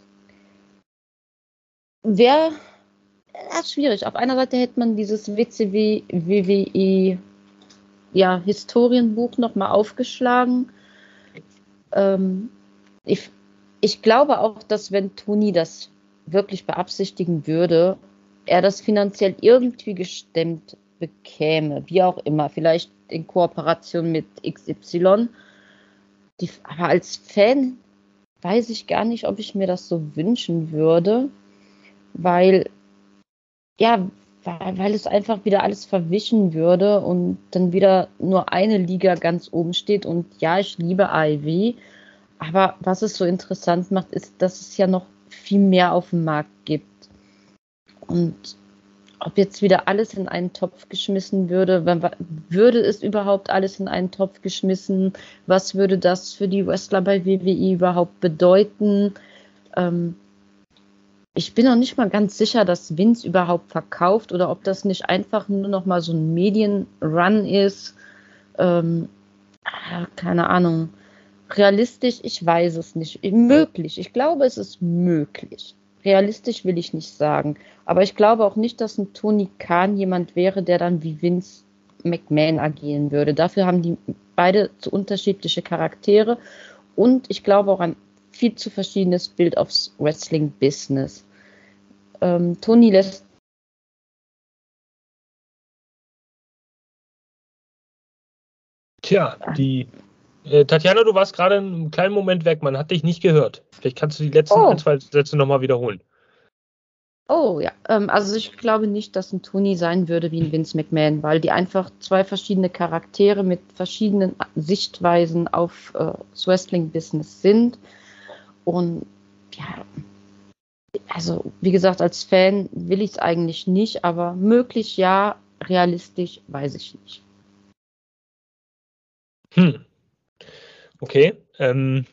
Wäre ja, schwierig. Auf einer Seite hätte man dieses W C W, W W E ja, Historienbuch nochmal aufgeschlagen. Ähm, ich, ich glaube auch, dass wenn Tony das wirklich beabsichtigen würde, er das finanziell irgendwie gestemmt bekäme, wie auch immer, vielleicht in Kooperation mit X Y. Die, aber als Fan weiß ich gar nicht, ob ich mir das so wünschen würde, weil, ja, weil, weil es einfach wieder alles verwischen würde und dann wieder nur eine Liga ganz oben steht. Und ja, ich liebe A E W, aber was es so interessant macht, ist, dass es ja noch viel mehr auf dem Markt gibt. Und ob jetzt wieder alles in einen Topf geschmissen würde, würde es überhaupt alles in einen Topf geschmissen? Was würde das für die Wrestler bei W W E überhaupt bedeuten? Ähm, ich bin noch nicht mal ganz sicher, dass Vince überhaupt verkauft oder ob das nicht einfach nur noch mal so ein Medienrun ist. Ähm, keine Ahnung. Realistisch, ich weiß es nicht. Möglich, ich glaube, es ist möglich. Realistisch will ich nicht sagen. Aber ich glaube auch nicht, dass ein Tony Khan jemand wäre, der dann wie Vince McMahon agieren würde. Dafür haben die beide zu unterschiedliche Charaktere und ich glaube auch ein viel zu verschiedenes Bild aufs Wrestling-Business. Ähm, Tony lässt Tja, die äh, Tatjana, du warst gerade einen kleinen Moment weg, man hat dich nicht gehört. Vielleicht kannst du die letzten oh. ein, zwei Sätze nochmal wiederholen. Oh ja, ähm, also ich glaube nicht, dass ein Tony sein würde wie ein Vince McMahon, weil die einfach zwei verschiedene Charaktere mit verschiedenen Sichtweisen auf äh, das Wrestling-Business sind. Und ja, also wie gesagt, als Fan will ich es eigentlich nicht, aber möglich ja, realistisch weiß ich nicht. Hm. Okay. Ähm,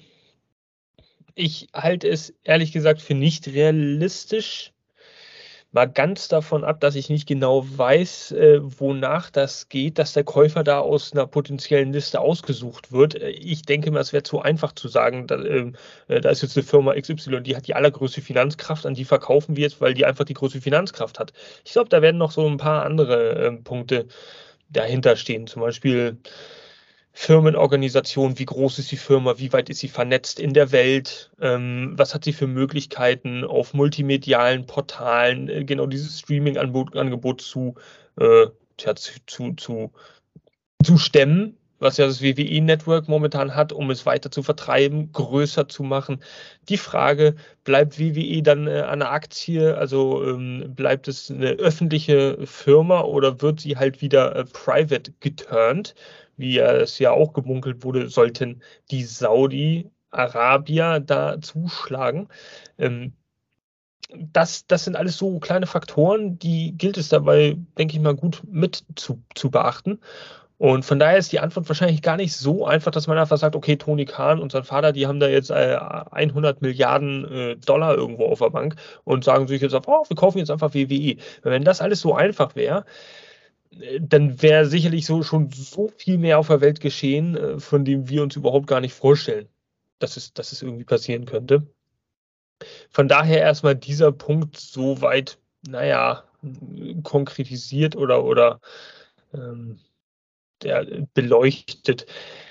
ich halte es ehrlich gesagt für nicht realistisch. Mal ganz davon ab, dass ich nicht genau weiß, äh, wonach das geht, dass der Käufer da aus einer potenziellen Liste ausgesucht wird. Äh, Ich denke mal, es wäre zu einfach zu sagen, da, ähm, äh, da ist jetzt eine Firma X Y, die hat die allergrößte Finanzkraft, an die verkaufen wir jetzt, weil die einfach die größte Finanzkraft hat. Ich glaube, da werden noch so ein paar andere ähm, Punkte dahinter stehen. Zum Beispiel Firmenorganisation, wie groß ist die Firma, wie weit ist sie vernetzt in der Welt, ähm, was hat sie für Möglichkeiten auf multimedialen Portalen, äh, genau dieses Streaming-Angebot Angebot zu, äh, tja, zu, zu, zu, zu stemmen, was ja das W W E-Network momentan hat, um es weiter zu vertreiben, größer zu machen. Die Frage, bleibt W W E dann äh, an der Aktie, also ähm, bleibt es eine öffentliche Firma oder wird sie halt wieder äh, private geturnt, wie äh, es ja auch gemunkelt wurde, sollten die Saudi-Arabier da zuschlagen. Ähm, das, das sind alles so kleine Faktoren, die gilt es dabei, denke ich mal, gut mit zu, zu beachten. Und von daher ist die Antwort wahrscheinlich gar nicht so einfach, dass man einfach sagt, okay, Tony Khan und sein Vater, die haben da jetzt äh, hundert Milliarden äh, Dollar irgendwo auf der Bank und sagen sich jetzt, oh, wir kaufen jetzt einfach W W E. Wenn das alles so einfach wäre, äh, dann wäre sicherlich so schon so viel mehr auf der Welt geschehen, äh, von dem wir uns überhaupt gar nicht vorstellen, dass es, dass es irgendwie passieren könnte. Von daher erstmal dieser Punkt so weit, naja, konkretisiert oder, oder ähm, der beleuchtet.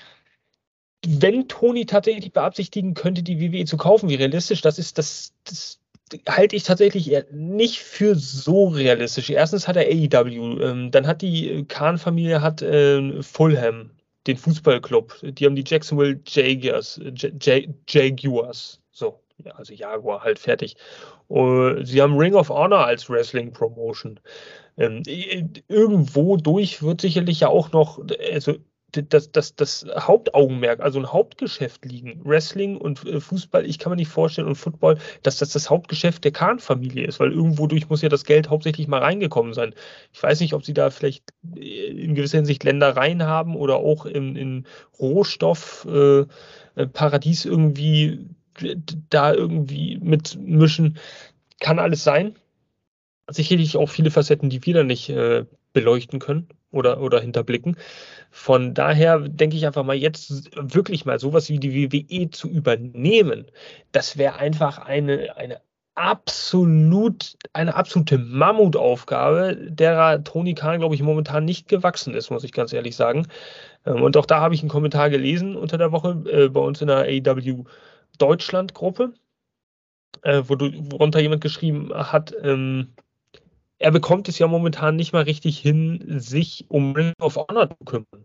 Wenn Tony tatsächlich beabsichtigen könnte, die W W E zu kaufen, wie realistisch das ist, das, das halte ich tatsächlich eher nicht für so realistisch. Erstens hat er A E W, ähm, dann hat die Khan-Familie hat äh, Fulham, den Fußballclub. Die haben die Jacksonville Jaguars, J J Jaguars, so, ja, also Jaguar halt fertig. Uh, sie haben Ring of Honor als Wrestling-Promotion. Ähm, irgendwo durch wird sicherlich ja auch noch, also das, das, das Hauptaugenmerk, also ein Hauptgeschäft liegen. Wrestling und äh, Fußball, ich kann mir nicht vorstellen, und Football, dass das das Hauptgeschäft der Khan-Familie ist, weil irgendwo durch muss ja das Geld hauptsächlich mal reingekommen sein. Ich weiß nicht, ob sie da vielleicht äh, in gewisser Hinsicht Ländereien haben oder auch in, in Rohstoff äh, äh, Paradies irgendwie d- da irgendwie mitmischen. Kann alles sein. Sicherlich auch viele Facetten, die wir da nicht äh, beleuchten können oder, oder hinterblicken. Von daher denke ich einfach mal, jetzt wirklich mal sowas wie die W W E zu übernehmen, das wäre einfach eine, eine absolut, eine absolute Mammutaufgabe, derer Tony Khan, glaube ich, momentan nicht gewachsen ist, muss ich ganz ehrlich sagen. Ähm, und auch da habe ich einen Kommentar gelesen unter der Woche äh, bei uns in der A E W Deutschland-Gruppe, äh, wo du, worunter jemand geschrieben hat, ähm, er bekommt es ja momentan nicht mal richtig hin, sich um Ring of Honor zu kümmern.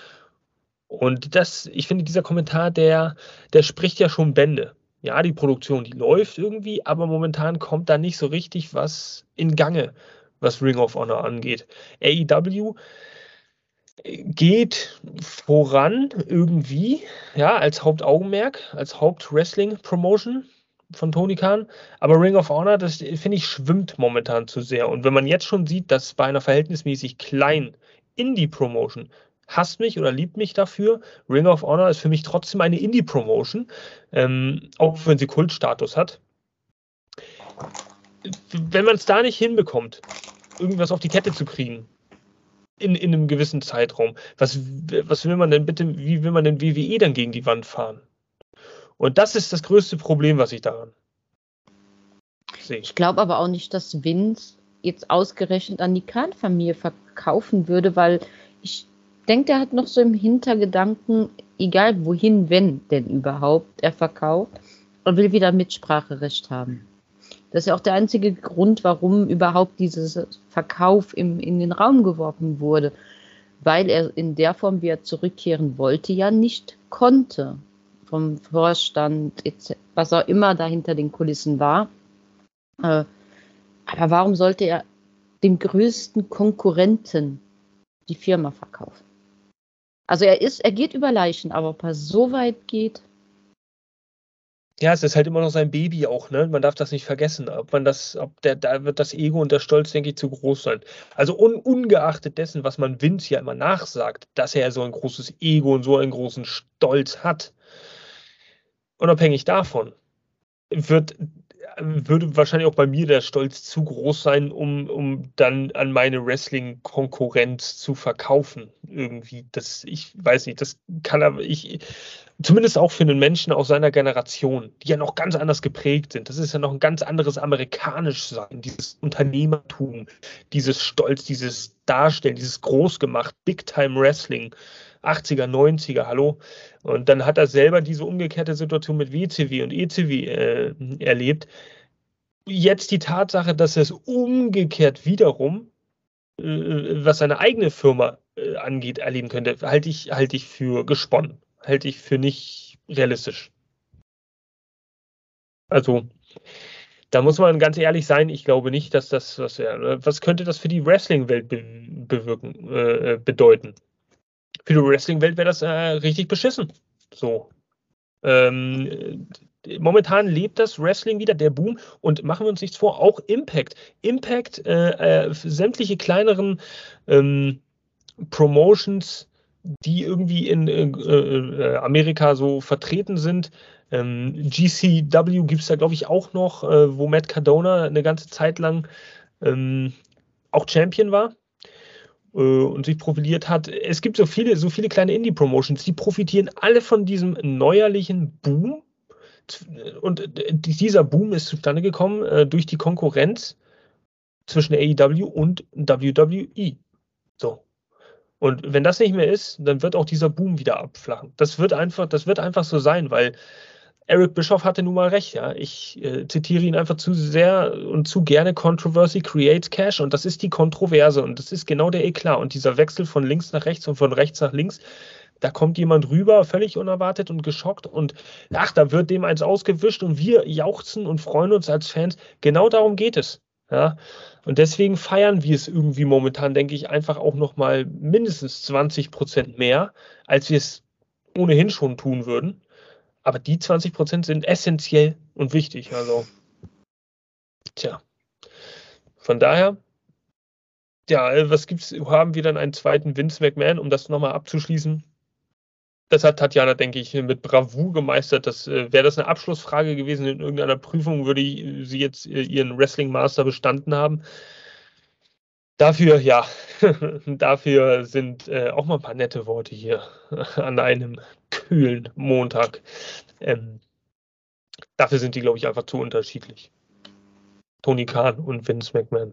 Und das, ich finde, dieser Kommentar, der, der spricht ja schon Bände. Ja, die Produktion, die läuft irgendwie, aber momentan kommt da nicht so richtig was in Gange, was Ring of Honor angeht. A E W geht voran irgendwie, ja, als Hauptaugenmerk, als Haupt-Wrestling-Promotion von Tony Khan. Aber Ring of Honor, das finde ich, schwimmt momentan zu sehr. Und wenn man jetzt schon sieht, dass bei einer verhältnismäßig kleinen Indie-Promotion, hasst mich oder liebt mich dafür, Ring of Honor ist für mich trotzdem eine Indie-Promotion, ähm, auch wenn sie Kultstatus hat. Wenn man es da nicht hinbekommt, irgendwas auf die Kette zu kriegen, in, in einem gewissen Zeitraum. Was, was will man denn bitte, wie will man denn W W E dann gegen die Wand fahren? Und das ist das größte Problem, was ich daran sehe. Ich glaube aber auch nicht, dass Vince jetzt ausgerechnet an die Khan-Familie verkaufen würde, weil ich denke, der hat noch so im Hintergedanken, egal wohin, wenn denn überhaupt, er verkauft und will wieder Mitspracherecht haben. Das ist ja auch der einzige Grund, warum überhaupt dieses Verkauf im, in den Raum geworfen wurde. Weil er in der Form, wie er zurückkehren wollte, ja nicht konnte. Vom Vorstand, was auch immer da hinter den Kulissen war. Äh, aber warum sollte er dem größten Konkurrenten die Firma verkaufen? Also er ist, er geht über Leichen, aber ob er so weit geht. Ja, es ist halt immer noch sein Baby auch, ne? Man darf das nicht vergessen. Ob man das, ob der, da wird das Ego und der Stolz, denke ich, zu groß sein. Also un, ungeachtet dessen, was man Vince ja immer nachsagt, dass er so ein großes Ego und so einen großen Stolz hat. Unabhängig davon wird würde wahrscheinlich auch bei mir der Stolz zu groß sein, um, um dann an meine Wrestling-Konkurrenz zu verkaufen. Irgendwie. Das, ich weiß nicht, das kann aber ich, zumindest auch für einen Menschen aus seiner Generation, die ja noch ganz anders geprägt sind. Das ist ja noch ein ganz anderes amerikanisch Sein, dieses Unternehmertum, dieses Stolz, dieses Darstellen, dieses Großgemacht, Big-Time-Wrestling. achtziger, neunziger, hallo. Und dann hat er selber diese umgekehrte Situation mit W C W und E C W äh, erlebt. Jetzt die Tatsache, dass er es umgekehrt wiederum, äh, was seine eigene Firma äh, angeht, erleben könnte, halte ich, halte ich für gesponnen. Halte ich für nicht realistisch. Also, da muss man ganz ehrlich sein, ich glaube nicht, dass das, was, ja, was könnte das für die Wrestling-Welt be bewirken, äh, bedeuten? Für die Wrestling-Welt wäre das äh, richtig beschissen. So. Ähm, momentan lebt das Wrestling wieder, der Boom. Und machen wir uns nichts vor, auch Impact. Impact, äh, äh, sämtliche kleineren ähm, Promotions, die irgendwie in äh, äh, Amerika so vertreten sind. Ähm, G C W gibt es da, glaube ich, auch noch, äh, wo Matt Cardona eine ganze Zeit lang ähm, auch Champion war und sich profiliert hat. Es gibt so viele, so viele kleine Indie-Promotions, die profitieren alle von diesem neuerlichen Boom. Und dieser Boom ist zustande gekommen äh, durch die Konkurrenz zwischen A E W und W W E. So. Und wenn das nicht mehr ist, dann wird auch dieser Boom wieder abflachen. Das wird einfach, das wird einfach so sein, weil Eric Bischoff hatte nun mal recht, ja. Ich äh, zitiere ihn einfach zu sehr und zu gerne: Controversy creates Cash, und das ist die Kontroverse und das ist genau der Eklat. Und dieser Wechsel von links nach rechts und von rechts nach links, da kommt jemand rüber, völlig unerwartet und geschockt, und ach, da wird dem eins ausgewischt und wir jauchzen und freuen uns als Fans. Genau darum geht es. Ja. Und deswegen feiern wir es irgendwie momentan, denke ich, einfach auch nochmal mindestens zwanzig Prozent mehr, als wir es ohnehin schon tun würden. Aber die zwanzig Prozent sind essentiell und wichtig. Also, tja. Von daher, ja, was gibt's? Haben wir dann einen zweiten Vince McMahon, um das nochmal abzuschließen? Das hat Tatjana, denke ich, mit Bravour gemeistert. Das äh, wäre das eine Abschlussfrage gewesen in irgendeiner Prüfung, würde ich, sie jetzt äh, ihren Wrestling Master bestanden haben. Dafür, ja, dafür sind äh, auch mal ein paar nette Worte hier an einem kühlen Montag. Ähm, Dafür sind die, glaube ich, einfach zu unterschiedlich. Tony Khan und Vince McMahon.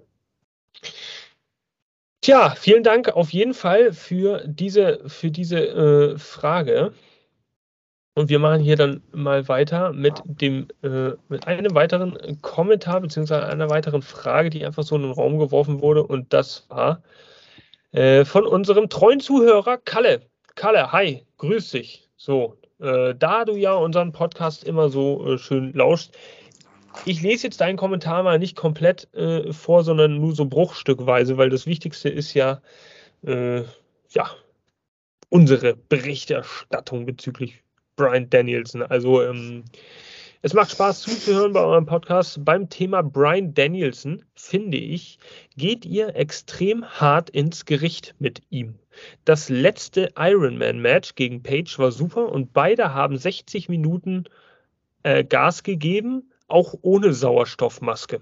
Tja, vielen Dank auf jeden Fall für diese, für diese äh, Frage. Und wir machen hier dann mal weiter mit dem, äh, mit einem weiteren Kommentar beziehungsweise einer weiteren Frage, die einfach so in den Raum geworfen wurde. Und das war äh, von unserem treuen Zuhörer Kalle. Kalle, hi, grüß dich. So, äh, da du ja unseren Podcast immer so äh, schön lauschst, ich lese jetzt deinen Kommentar mal nicht komplett äh, vor, sondern nur so bruchstückweise, weil das Wichtigste ist ja, äh, ja unsere Berichterstattung bezüglich Bryan Danielson. Also ähm, es macht Spaß zuzuhören bei eurem Podcast. Beim Thema Bryan Danielson, finde ich, geht ihr extrem hart ins Gericht mit ihm. Das letzte Ironman-Match gegen Page war super und beide haben sechzig Minuten äh, Gas gegeben, auch ohne Sauerstoffmaske.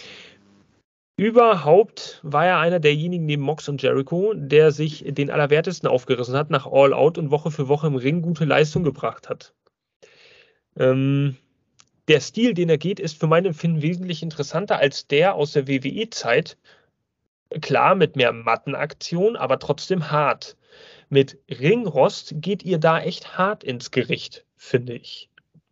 Überhaupt war er einer derjenigen neben Mox und Jericho, der sich den Allerwertesten aufgerissen hat nach All Out und Woche für Woche im Ring gute Leistung gebracht hat. Ähm, der Stil, den er geht, ist für mein Empfinden wesentlich interessanter als der aus der W W E-Zeit. Klar, mit mehr Mattenaktion, aber trotzdem hart. Mit Ringrost geht ihr da echt hart ins Gericht, finde ich.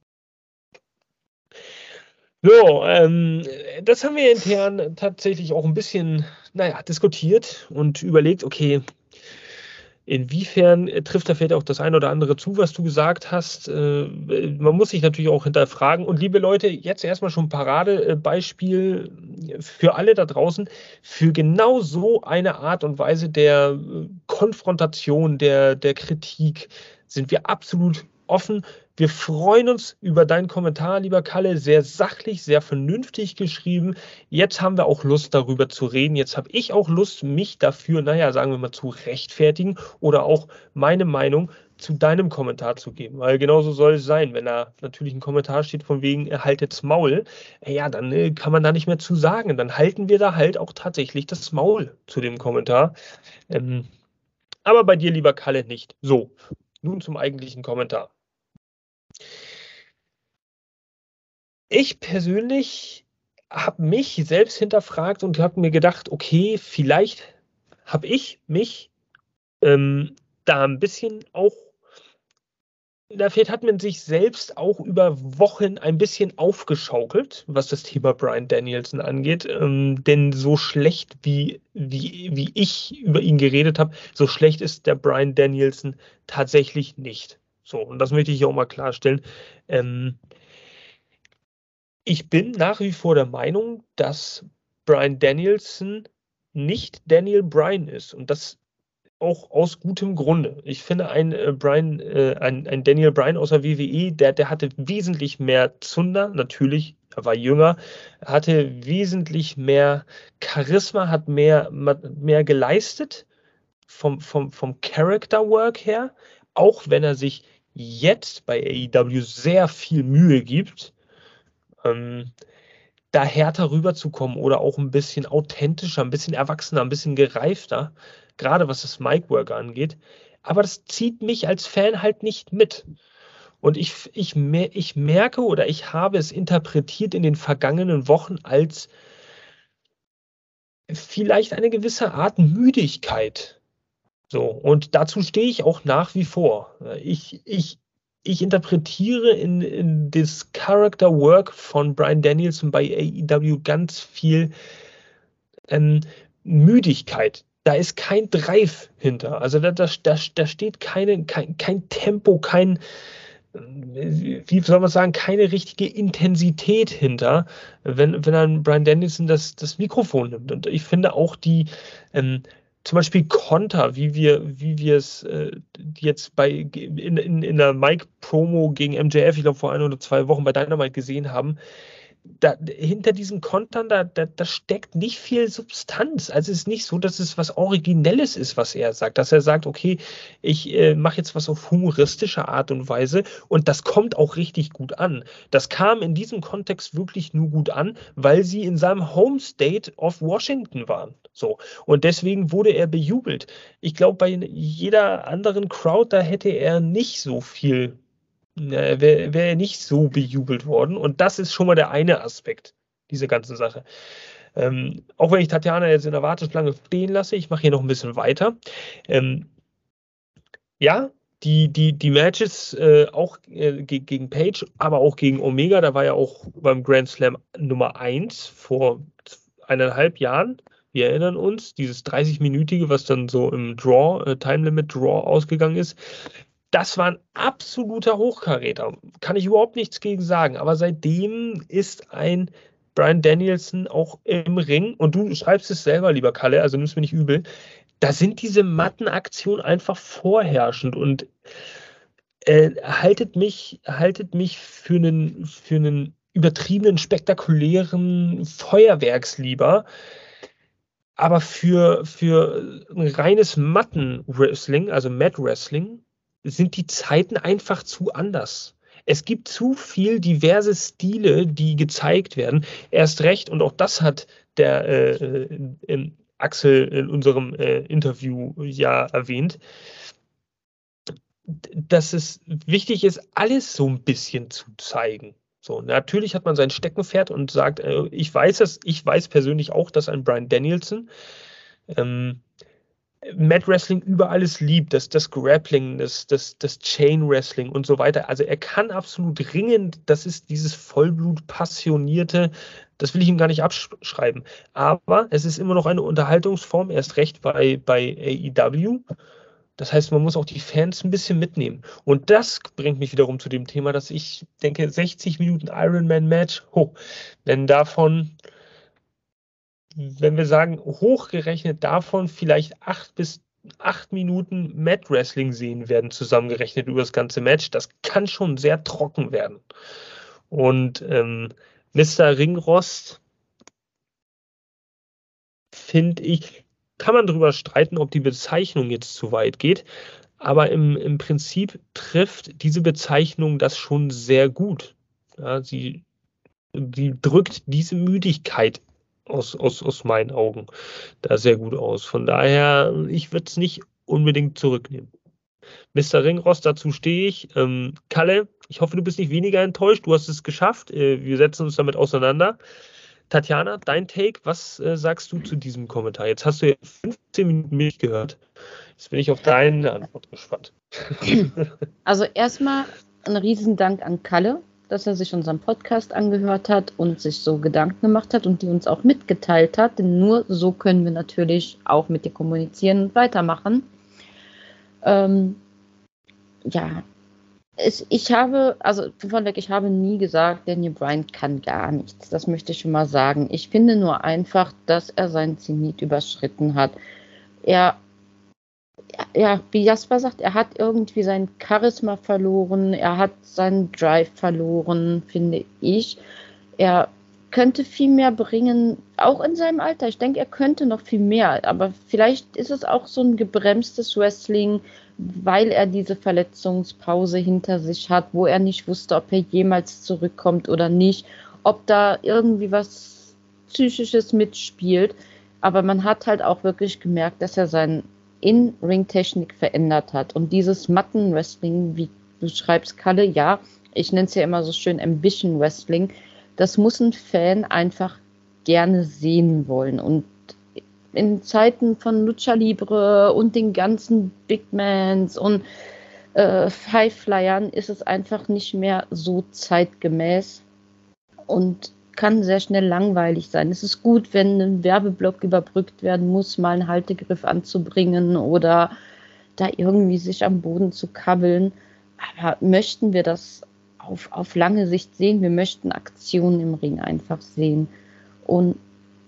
So, ähm, das haben wir intern tatsächlich auch ein bisschen, naja, diskutiert und überlegt, okay, inwiefern trifft da vielleicht auch das eine oder andere zu, was du gesagt hast. Äh, man muss sich natürlich auch hinterfragen. Und liebe Leute, jetzt erstmal schon ein Paradebeispiel für alle da draußen, für genau so eine Art und Weise der Konfrontation, der, der Kritik sind wir absolut offen. Wir freuen uns über deinen Kommentar, lieber Kalle, sehr sachlich, sehr vernünftig geschrieben. Jetzt haben wir auch Lust, darüber zu reden. Jetzt habe ich auch Lust, mich dafür, naja, sagen wir mal, zu rechtfertigen oder auch meine Meinung zu deinem Kommentar zu geben, weil genauso soll es sein. Wenn da natürlich ein Kommentar steht von wegen, er haltet's Maul, äh, ja, dann äh, kann man da nicht mehr zu sagen. Dann halten wir da halt auch tatsächlich das Maul zu dem Kommentar. Ähm, aber bei dir, lieber Kalle, nicht. So, nun zum eigentlichen Kommentar. Ich persönlich habe mich selbst hinterfragt und habe mir gedacht, okay, vielleicht habe ich mich ähm, da ein bisschen auch, da vielleicht hat man sich selbst auch über Wochen ein bisschen aufgeschaukelt, was das Thema Bryan Danielson angeht. Ähm, denn so schlecht, wie, wie, wie ich über ihn geredet habe, so schlecht ist der Bryan Danielson tatsächlich nicht. So, und das möchte ich auch mal klarstellen. Ähm, Ich bin nach wie vor der Meinung, dass Bryan Danielson nicht Daniel Bryan ist. Und das auch aus gutem Grunde. Ich finde, ein, äh, Bryan, äh, ein, ein Daniel Bryan aus der W W E, der, der hatte wesentlich mehr Zunder, natürlich, er war jünger, hatte wesentlich mehr Charisma, hat mehr, mehr geleistet vom, vom, vom Character Work her, auch wenn er sich jetzt bei A E W sehr viel Mühe gibt. Ähm, da härter rüberzukommen oder auch ein bisschen authentischer, ein bisschen erwachsener, ein bisschen gereifter, gerade was das Mic-Work angeht. Aber das zieht mich als Fan halt nicht mit. Und ich, ich, ich merke oder ich habe es interpretiert in den vergangenen Wochen als vielleicht eine gewisse Art Müdigkeit. So, und dazu stehe ich auch nach wie vor. Ich, ich, ich interpretiere in, in das Character Work von Bryan Danielson bei A E W ganz viel ähm, Müdigkeit. Da ist kein Drive hinter. Also da, da, da, da steht keine, kein, kein Tempo, kein, äh, wie soll man sagen, keine richtige Intensität hinter, wenn, wenn dann Bryan Danielson das, das Mikrofon nimmt. Und ich finde auch die, ähm, zum Beispiel Konter, wie wir, wie wir es äh, jetzt bei in, in, in der Mike-Promo gegen M J F, ich glaube vor ein oder zwei Wochen bei Dynamite gesehen haben, da, hinter diesen Kontern, da, da, da steckt nicht viel Substanz. Also es ist nicht so, dass es was Originelles ist, was er sagt. Dass er sagt, okay, ich äh, mache jetzt was auf humoristische Art und Weise und das kommt auch richtig gut an. Das kam in diesem Kontext wirklich nur gut an, weil sie in seinem Home State of Washington waren. So. Und deswegen wurde er bejubelt. Ich glaube, bei jeder anderen Crowd, da hätte er nicht so viel wäre wär er nicht so bejubelt worden. Und das ist schon mal der eine Aspekt dieser ganzen Sache. Ähm, auch wenn ich Tatjana jetzt in der Warteschlange stehen lasse, ich mache hier noch ein bisschen weiter. Ähm, ja, die, die, die Matches äh, auch äh, gegen Page, aber auch gegen Omega, da war ja auch beim Grand Slam Nummer eins vor eineinhalb Jahren. Wir erinnern uns, dieses dreißig-minütige, was dann so im Draw, äh, Time Limit Draw ausgegangen ist. Das war ein absoluter Hochkaräter. Kann ich überhaupt nichts gegen sagen. Aber seitdem ist ein Bryan Danielson auch im Ring. Und du schreibst es selber, lieber Kalle, also nimm's mir nicht übel. Da sind diese Mattenaktionen einfach vorherrschend. Und äh, haltet mich, haltet mich für einen, für einen übertriebenen, spektakulären Feuerwerkslieber. Aber für, für ein reines Matten-Wrestling, also Mat-Wrestling, sind die Zeiten einfach zu anders. Es gibt zu viel diverse Stile, die gezeigt werden. Erst recht, und auch das hat der äh, äh, Axel in unserem äh, Interview ja erwähnt, dass es wichtig ist, alles so ein bisschen zu zeigen. So, natürlich hat man sein Steckenpferd und sagt, äh, ich weiß es, ich weiß persönlich auch, dass ein Bryan Danielson ähm, Mat Wrestling über alles liebt, das, das Grappling, das, das, das Chain Wrestling und so weiter. Also er kann absolut ringen, das ist dieses Vollblut-Passionierte, das will ich ihm gar nicht abschreiben. Aber es ist immer noch eine Unterhaltungsform, erst recht bei, bei A E W. Das heißt, man muss auch die Fans ein bisschen mitnehmen. Und das bringt mich wiederum zu dem Thema, dass ich denke, sechzig Minuten Ironman-Match, oh, wenn davon, wenn wir sagen, hochgerechnet davon vielleicht acht bis acht Minuten Mat-Wrestling sehen werden, zusammengerechnet über das ganze Match, das kann schon sehr trocken werden. Und ähm, Mister Ringrost, finde ich, kann man darüber streiten, ob die Bezeichnung jetzt zu weit geht. Aber im, im Prinzip trifft diese Bezeichnung das schon sehr gut. Ja, sie, sie drückt diese Müdigkeit aus, aus, aus meinen Augen da sehr gut aus. Von daher, ich würde es nicht unbedingt zurücknehmen. Mister Ringrost, dazu stehe ich. Ähm, Kalle, ich hoffe, du bist nicht weniger enttäuscht. Du hast es geschafft. Äh, wir setzen uns damit auseinander. Tatjana, dein Take, was äh, sagst du zu diesem Kommentar? Jetzt hast du ja fünfzehn Minuten mich gehört. Jetzt bin ich auf deine Antwort gespannt. Also erstmal ein Riesendank an Kalle, dass er sich unseren Podcast angehört hat und sich so Gedanken gemacht hat und die uns auch mitgeteilt hat. Denn nur so können wir natürlich auch mit dir kommunizieren und weitermachen. Ähm, ja, es, ich habe, also vorweg, ich habe nie gesagt, Daniel Bryan kann gar nichts. Das möchte ich schon mal sagen. Ich finde nur einfach, dass er seinen Zenit überschritten hat. Er Ja, wie Jasper sagt, er hat irgendwie sein Charisma verloren, er hat seinen Drive verloren, finde ich. Er könnte viel mehr bringen, auch in seinem Alter. Ich denke, er könnte noch viel mehr, aber vielleicht ist es auch so ein gebremstes Wrestling, weil er diese Verletzungspause hinter sich hat, wo er nicht wusste, ob er jemals zurückkommt oder nicht, ob da irgendwie was Psychisches mitspielt. Aber man hat halt auch wirklich gemerkt, dass er seinen In-Ring-Technik verändert hat. Und dieses Matten-Wrestling, wie du schreibst, Kalle, ja, ich nenne es ja immer so schön Ambition-Wrestling, das muss ein Fan einfach gerne sehen wollen. Und in Zeiten von Lucha Libre und den ganzen Big Mans und äh, Highflyern ist es einfach nicht mehr so zeitgemäß und kann sehr schnell langweilig sein. Es ist gut, wenn ein Werbeblock überbrückt werden muss, mal einen Haltegriff anzubringen oder da irgendwie sich am Boden zu kabbeln. Aber möchten wir das auf, auf lange Sicht sehen? Wir möchten Aktionen im Ring einfach sehen. Und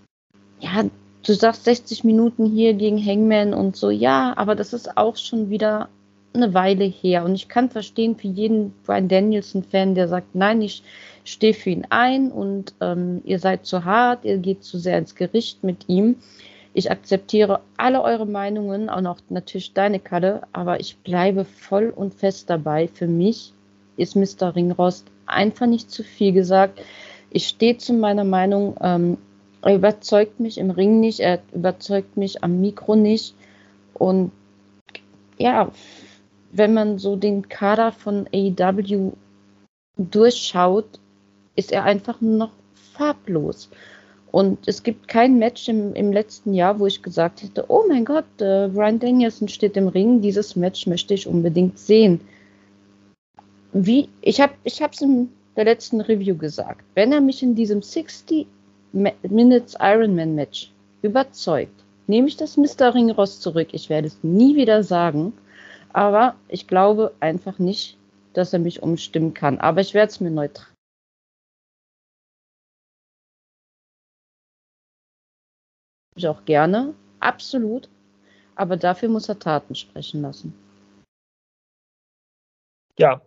ja, du sagst sechzig Minuten hier gegen Hangman und so, ja, aber das ist auch schon wieder eine Weile her. Und ich kann verstehen für jeden Bryan Danielson-Fan, der sagt, nein, ich stehe für ihn ein und ähm, ihr seid zu hart, ihr geht zu sehr ins Gericht mit ihm. Ich akzeptiere alle eure Meinungen, auch noch natürlich deine, Kalle, aber ich bleibe voll und fest dabei. Für mich ist Mister Ringrost einfach nicht zu viel gesagt. Ich stehe zu meiner Meinung, ähm, er überzeugt mich im Ring nicht, er überzeugt mich am Mikro nicht. Und ja, wenn man so den Kader von A E W durchschaut, ist er einfach nur noch farblos. Und es gibt kein Match im, im letzten Jahr, wo ich gesagt hätte, oh mein Gott, äh, Bryan Danielson steht im Ring, dieses Match möchte ich unbedingt sehen. Wie, ich habe ich es in der letzten Review gesagt, wenn er mich in diesem sixty Minutes Ironman Match überzeugt, nehme ich das Mister Ringrost zurück. Ich werde es nie wieder sagen, aber ich glaube einfach nicht, dass er mich umstimmen kann. Aber ich werde es mir neutral ich auch gerne, absolut, aber dafür muss er Taten sprechen lassen. Ja.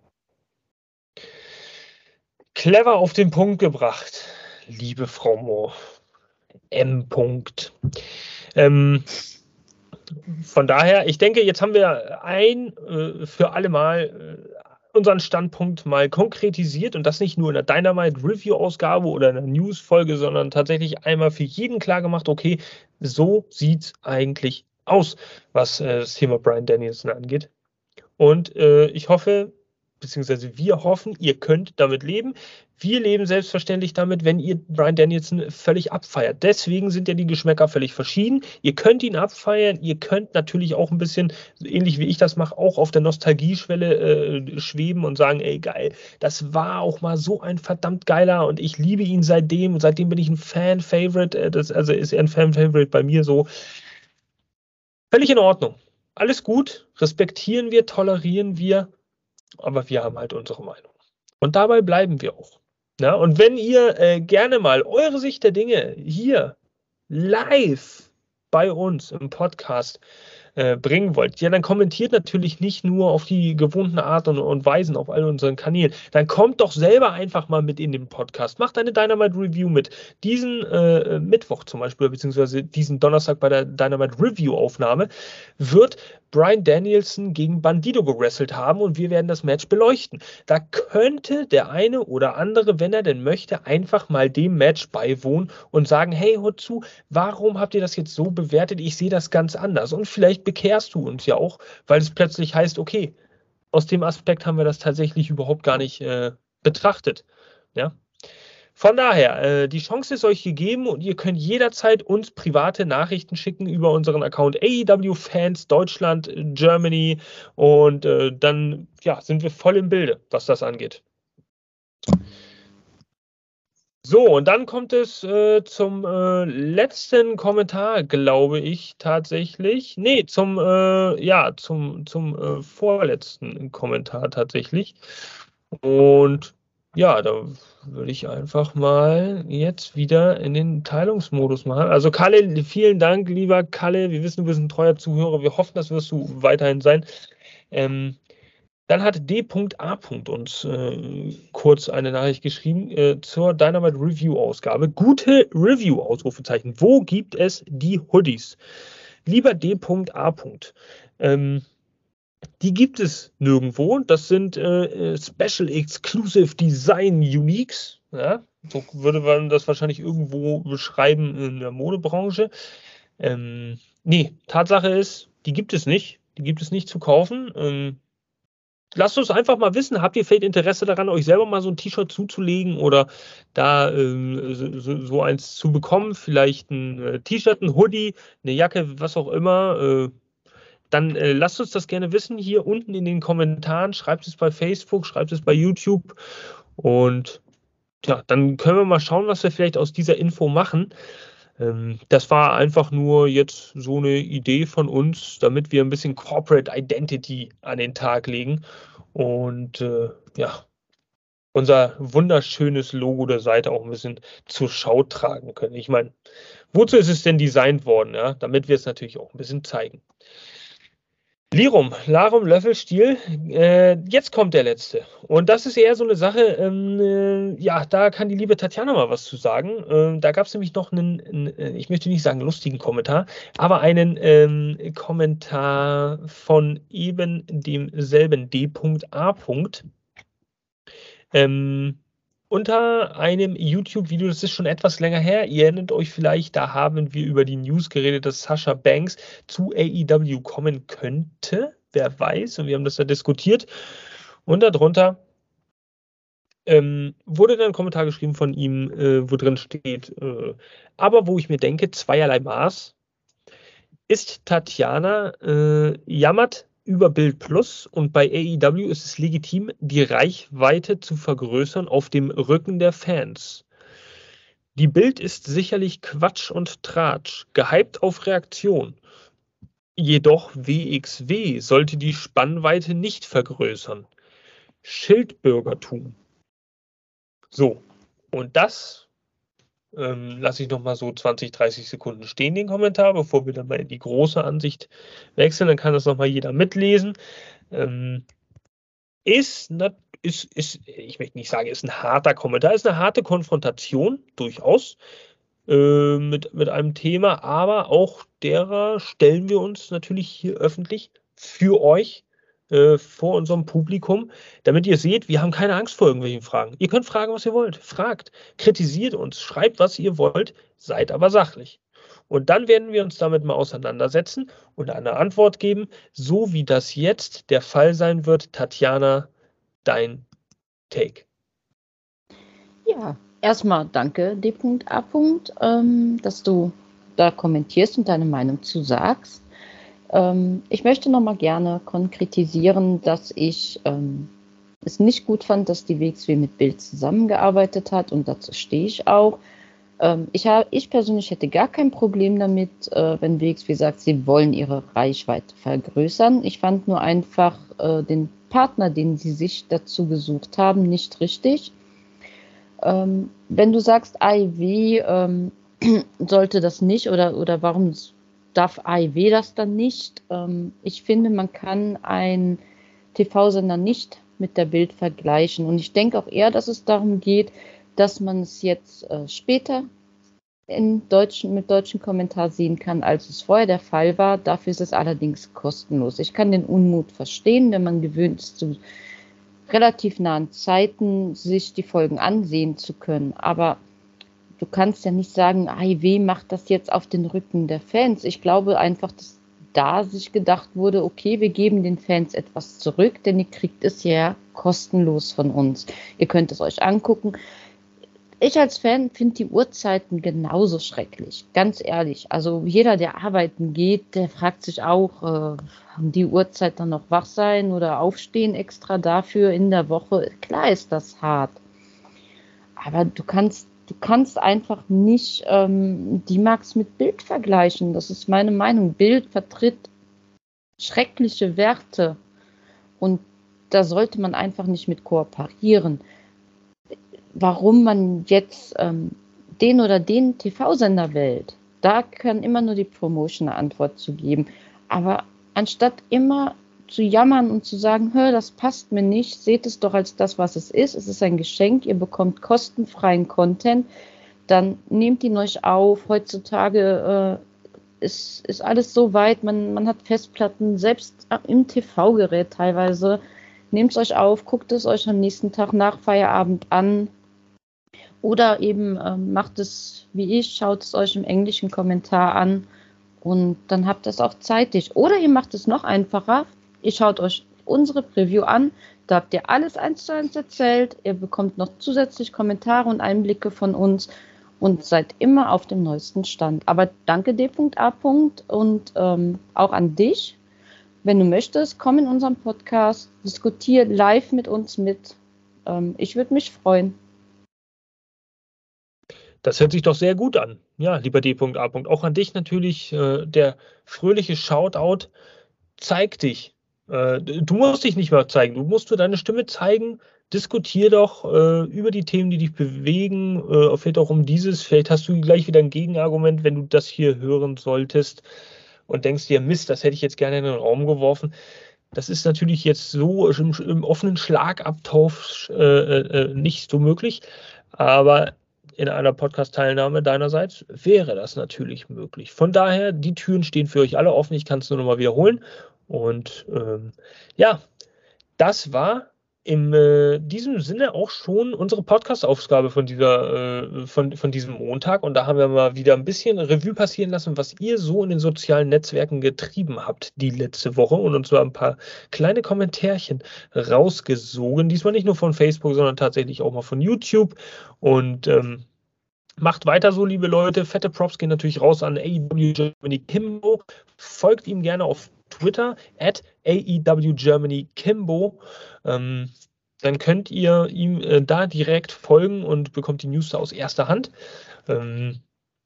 Clever auf den Punkt gebracht, liebe Frau Mohr. M. -Punkt. Ähm, von daher, ich denke, jetzt haben wir ein äh, für alle Mal äh, unseren Standpunkt mal konkretisiert und das nicht nur in der Dynamite-Review-Ausgabe oder in einer News-Folge, sondern tatsächlich einmal für jeden klar gemacht, okay, so sieht es eigentlich aus, was äh, das Thema Bryan Danielson angeht. Und äh, ich hoffe, beziehungsweise wir hoffen, ihr könnt damit leben. Wir leben selbstverständlich damit, wenn ihr Bryan Danielson völlig abfeiert. Deswegen sind ja die Geschmäcker völlig verschieden. Ihr könnt ihn abfeiern, ihr könnt natürlich auch ein bisschen, ähnlich wie ich das mache, auch auf der Nostalgieschwelle äh, schweben und sagen, ey geil, das war auch mal so ein verdammt geiler und ich liebe ihn seitdem und seitdem bin ich ein Fan-Favorite, äh, das, also ist er ein Fan-Favorite bei mir so. Völlig in Ordnung. Alles gut, respektieren wir, tolerieren wir, aber wir haben halt unsere Meinung. Und dabei bleiben wir auch. Ja, und wenn ihr äh, gerne mal eure Sicht der Dinge hier live bei uns im Podcast äh, bringen wollt, ja, dann kommentiert natürlich nicht nur auf die gewohnten Art und, und Weisen auf all unseren Kanälen. Dann kommt doch selber einfach mal mit in den Podcast. Macht eine Dynamite Review mit. Diesen äh, Mittwoch zum Beispiel, beziehungsweise diesen Donnerstag bei der Dynamite Review Aufnahme, wird Bryan Danielson gegen Bandido gewrestelt haben und wir werden das Match beleuchten. Da könnte der eine oder andere, wenn er denn möchte, einfach mal dem Match beiwohnen und sagen, hey, hört zu, warum habt ihr das jetzt so bewertet? Ich sehe das ganz anders. Und vielleicht bekehrst du uns ja auch, weil es plötzlich heißt, okay, aus dem Aspekt haben wir das tatsächlich überhaupt gar nicht äh, betrachtet. Ja. Von daher, äh, die Chance ist euch gegeben und ihr könnt jederzeit uns private Nachrichten schicken über unseren Account A E W Fans Deutschland, Germany und äh, dann ja, sind wir voll im Bilde, was das angeht. So, und dann kommt es äh, zum äh, letzten Kommentar, glaube ich tatsächlich. Nee, zum, äh, ja, zum, zum äh, vorletzten Kommentar tatsächlich. Und ja, da würde ich einfach mal jetzt wieder in den Teilungsmodus machen. Also Kalle, vielen Dank, lieber Kalle. Wir wissen, du bist ein treuer Zuhörer. Wir hoffen, das wirst du weiterhin sein. Ähm, dann hat D A. uns äh, kurz eine Nachricht geschrieben äh, zur Dynamite Review Ausgabe. Gute Review, Ausrufezeichen. Wo gibt es die Hoodies? Lieber D A. Ähm, die gibt es nirgendwo. Das sind äh, Special Exclusive Design Uniques. Ja? So würde man das wahrscheinlich irgendwo beschreiben in der Modebranche. Ähm, nee, Tatsache ist, die gibt es nicht. Die gibt es nicht zu kaufen. Ähm, lasst uns einfach mal wissen, habt ihr vielleicht Interesse daran, euch selber mal so ein T-Shirt zuzulegen oder da ähm, so, so eins zu bekommen? Vielleicht ein äh, T-Shirt, ein Hoodie, eine Jacke, was auch immer. Äh, dann äh, lasst uns das gerne wissen hier unten in den Kommentaren. Schreibt es bei Facebook, schreibt es bei YouTube. Und ja, dann können wir mal schauen, was wir vielleicht aus dieser Info machen. Ähm, das war einfach nur jetzt so eine Idee von uns, damit wir ein bisschen Corporate Identity an den Tag legen. Und äh, ja, unser wunderschönes Logo der Seite auch ein bisschen zur Schau tragen können. Ich meine, wozu ist es denn designt worden? Ja? Damit wir es natürlich auch ein bisschen zeigen. Lirum, Larum, Löffel, Stiel. Äh, jetzt kommt der letzte. Und das ist eher so eine Sache, ähm, äh, ja, da kann die liebe Tatjana mal was zu sagen. Ähm, da gab es nämlich noch einen, einen, ich möchte nicht sagen lustigen Kommentar, aber einen ähm, Kommentar von eben demselben D A. Ähm, unter einem YouTube-Video, das ist schon etwas länger her, ihr erinnert euch vielleicht, da haben wir über die News geredet, dass Sasha Banks zu A E W kommen könnte, wer weiß, und wir haben das da diskutiert. Und darunter ähm, wurde dann ein Kommentar geschrieben von ihm, äh, wo drin steht, äh, aber wo ich mir denke, zweierlei Maß, ist Tatjana, äh, jammert über Bild Plus und bei A E W ist es legitim, die Reichweite zu vergrößern auf dem Rücken der Fans. Die Bild ist sicherlich Quatsch und Tratsch, gehypt auf Reaktion. Jedoch W X W sollte die Spannweite nicht vergrößern. Schildbürgertum. So, und das ähm, lasse ich nochmal so zwanzig, dreißig Sekunden stehen, den Kommentar, bevor wir dann mal in die große Ansicht wechseln. Dann kann das nochmal jeder mitlesen. Ähm, ist, ist, ist, ich möchte nicht sagen, ist ein harter Kommentar, ist eine harte Konfrontation, durchaus, äh, mit, mit einem Thema, aber auch derer stellen wir uns natürlich hier öffentlich für euch, äh, vor unserem Publikum, damit ihr seht, wir haben keine Angst vor irgendwelchen Fragen. Ihr könnt fragen, was ihr wollt. Fragt, kritisiert uns, schreibt, was ihr wollt, seid aber sachlich. Und dann werden wir uns damit mal auseinandersetzen und eine Antwort geben, so wie das jetzt der Fall sein wird. Tatjana, dein Take. Ja, erstmal danke, D A. Ähm, dass du da kommentierst und deine Meinung zu sagst. Ähm, ich möchte nochmal gerne konkretisieren, dass ich ähm, es nicht gut fand, dass die W X W mit Bild zusammengearbeitet hat und dazu stehe ich auch. Ähm, ich, hab, ich persönlich hätte gar kein Problem damit, äh, wenn W X W sagt, sie wollen ihre Reichweite vergrößern. Ich fand nur einfach äh, den Partner, den sie sich dazu gesucht haben, nicht richtig. Ähm, wenn du sagst, A E W ähm, sollte das nicht oder, oder warum darf A E W das dann nicht? Ähm, ich finde, man kann einen T V-Sender nicht mit der Bild vergleichen. Und ich denke auch eher, dass es darum geht, dass man es jetzt äh, später in deutschen, mit deutschen Kommentar sehen kann, als es vorher der Fall war. Dafür ist es allerdings kostenlos. Ich kann den Unmut verstehen, wenn man gewöhnt ist, zu relativ nahen Zeiten sich die Folgen ansehen zu können. Aber du kannst ja nicht sagen, I W macht das jetzt auf den Rücken der Fans. Ich glaube einfach, dass da sich gedacht wurde, okay, wir geben den Fans etwas zurück, denn ihr kriegt es ja kostenlos von uns. Ihr könnt es euch angucken. Ich als Fan finde die Uhrzeiten genauso schrecklich, ganz ehrlich. Also jeder, der arbeiten geht, der fragt sich auch, äh, haben die Uhrzeit dann noch wach sein oder aufstehen extra dafür in der Woche? Klar ist das hart. Aber du kannst, du kannst einfach nicht ähm, die Max mit Bild vergleichen. Das ist meine Meinung. Bild vertritt schreckliche Werte und da sollte man einfach nicht mit kooperieren. Warum man jetzt ähm, den oder den T V-Sender wählt, da kann immer nur die Promotion eine Antwort zu geben. Aber anstatt immer zu jammern und zu sagen, hör, das passt mir nicht, seht es doch als das, was es ist. Es ist ein Geschenk, ihr bekommt kostenfreien Content, dann nehmt ihn euch auf. Heutzutage äh, ist, ist alles so weit, man, man hat Festplatten, selbst im T V-Gerät teilweise. Nehmt es euch auf, guckt es euch am nächsten Tag nach Feierabend an. Oder eben ähm, macht es wie ich, schaut es euch im englischen Kommentar an und dann habt ihr es auch zeitig. Oder ihr macht es noch einfacher, ihr schaut euch unsere Preview an, da habt ihr alles eins zu eins erzählt, ihr bekommt noch zusätzlich Kommentare und Einblicke von uns und seid immer auf dem neuesten Stand. Aber danke D A. und ähm, auch an dich. Wenn du möchtest, komm in unseren Podcast, diskutier live mit uns mit. Ähm, ich würde mich freuen. Das hört sich doch sehr gut an. Ja, lieber D A. Auch an dich natürlich äh, der fröhliche Shoutout. Zeig dich. Äh, du musst dich nicht mehr zeigen. Du musst nur deine Stimme zeigen. Diskutier doch äh, über die Themen, die dich bewegen. Äh, vielleicht auch um dieses. Vielleicht hast du gleich wieder ein Gegenargument, wenn du das hier hören solltest und denkst dir, Mist, das hätte ich jetzt gerne in den Raum geworfen. Das ist natürlich jetzt so im, im offenen Schlagabtausch äh, äh, nicht so möglich. Aber in einer Podcast-Teilnahme deinerseits wäre das natürlich möglich. Von daher, die Türen stehen für euch alle offen. Ich kann es nur noch mal wiederholen. Und ähm, ja, das war in äh, diesem Sinne auch schon unsere Podcast-Aufgabe von dieser, äh, von, von diesem Montag. Und da haben wir mal wieder ein bisschen Revue passieren lassen, was ihr so in den sozialen Netzwerken getrieben habt die letzte Woche und uns so ein paar kleine Kommentärchen rausgesogen. Diesmal nicht nur von Facebook, sondern tatsächlich auch mal von YouTube. Und ähm, macht weiter so, liebe Leute. Fette Props gehen natürlich raus an A E W Germany Kimbo. Folgt ihm gerne auf Twitter at A E W Germany Kimbo. Ähm, dann könnt ihr ihm äh, da direkt folgen und bekommt die News da aus erster Hand. Ähm,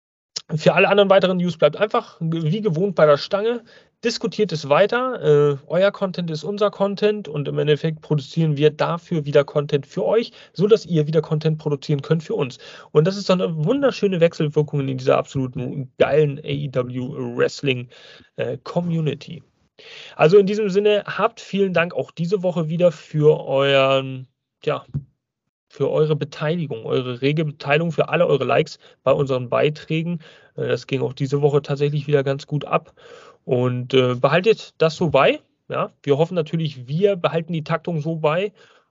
für alle anderen weiteren News bleibt einfach wie gewohnt bei der Stange. Diskutiert es weiter. Äh, euer Content ist unser Content und im Endeffekt produzieren wir dafür wieder Content für euch, sodass ihr wieder Content produzieren könnt für uns. Und das ist dann eine wunderschöne Wechselwirkung in dieser absoluten geilen A E W Wrestling äh, Community. Also in diesem Sinne, habt vielen Dank auch diese Woche wieder für euren, ja, für eure Beteiligung, eure rege Beteiligung, für alle eure Likes bei unseren Beiträgen. Das ging auch diese Woche tatsächlich wieder ganz gut ab. Und äh, behaltet das so bei. Ja, wir hoffen natürlich, wir behalten die Taktung so bei.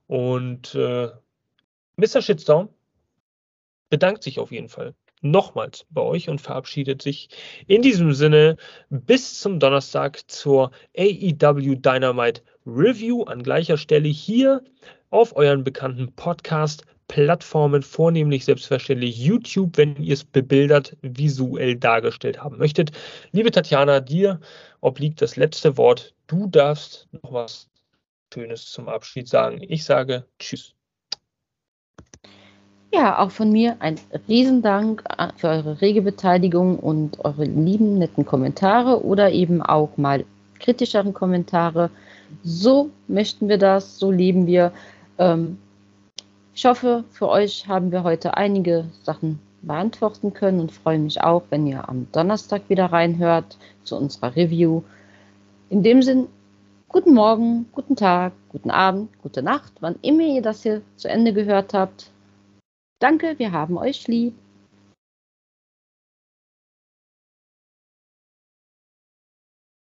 Und äh, Mister Shitstorm bedankt sich auf jeden Fall nochmals bei euch und verabschiedet sich in diesem Sinne bis zum Donnerstag zur A E W Dynamite Review an gleicher Stelle hier auf euren bekannten Podcast-Plattformen, vornehmlich selbstverständlich YouTube, wenn ihr es bebildert visuell dargestellt haben möchtet. Liebe Tatjana, dir obliegt das letzte Wort. Du darfst noch was Schönes zum Abschied sagen. Ich sage Tschüss. Ja, auch von mir ein Riesendank für eure rege Beteiligung und eure lieben, netten Kommentare oder eben auch mal kritischeren Kommentare. So möchten wir das, so leben wir. Ähm, ich hoffe, für euch haben wir heute einige Sachen beantworten können und freue mich auch, wenn ihr am Donnerstag wieder reinhört zu unserer Review. In dem Sinn, guten Morgen, guten Tag, guten Abend, gute Nacht, wann immer ihr das hier zu Ende gehört habt. Danke, wir haben euch lieb.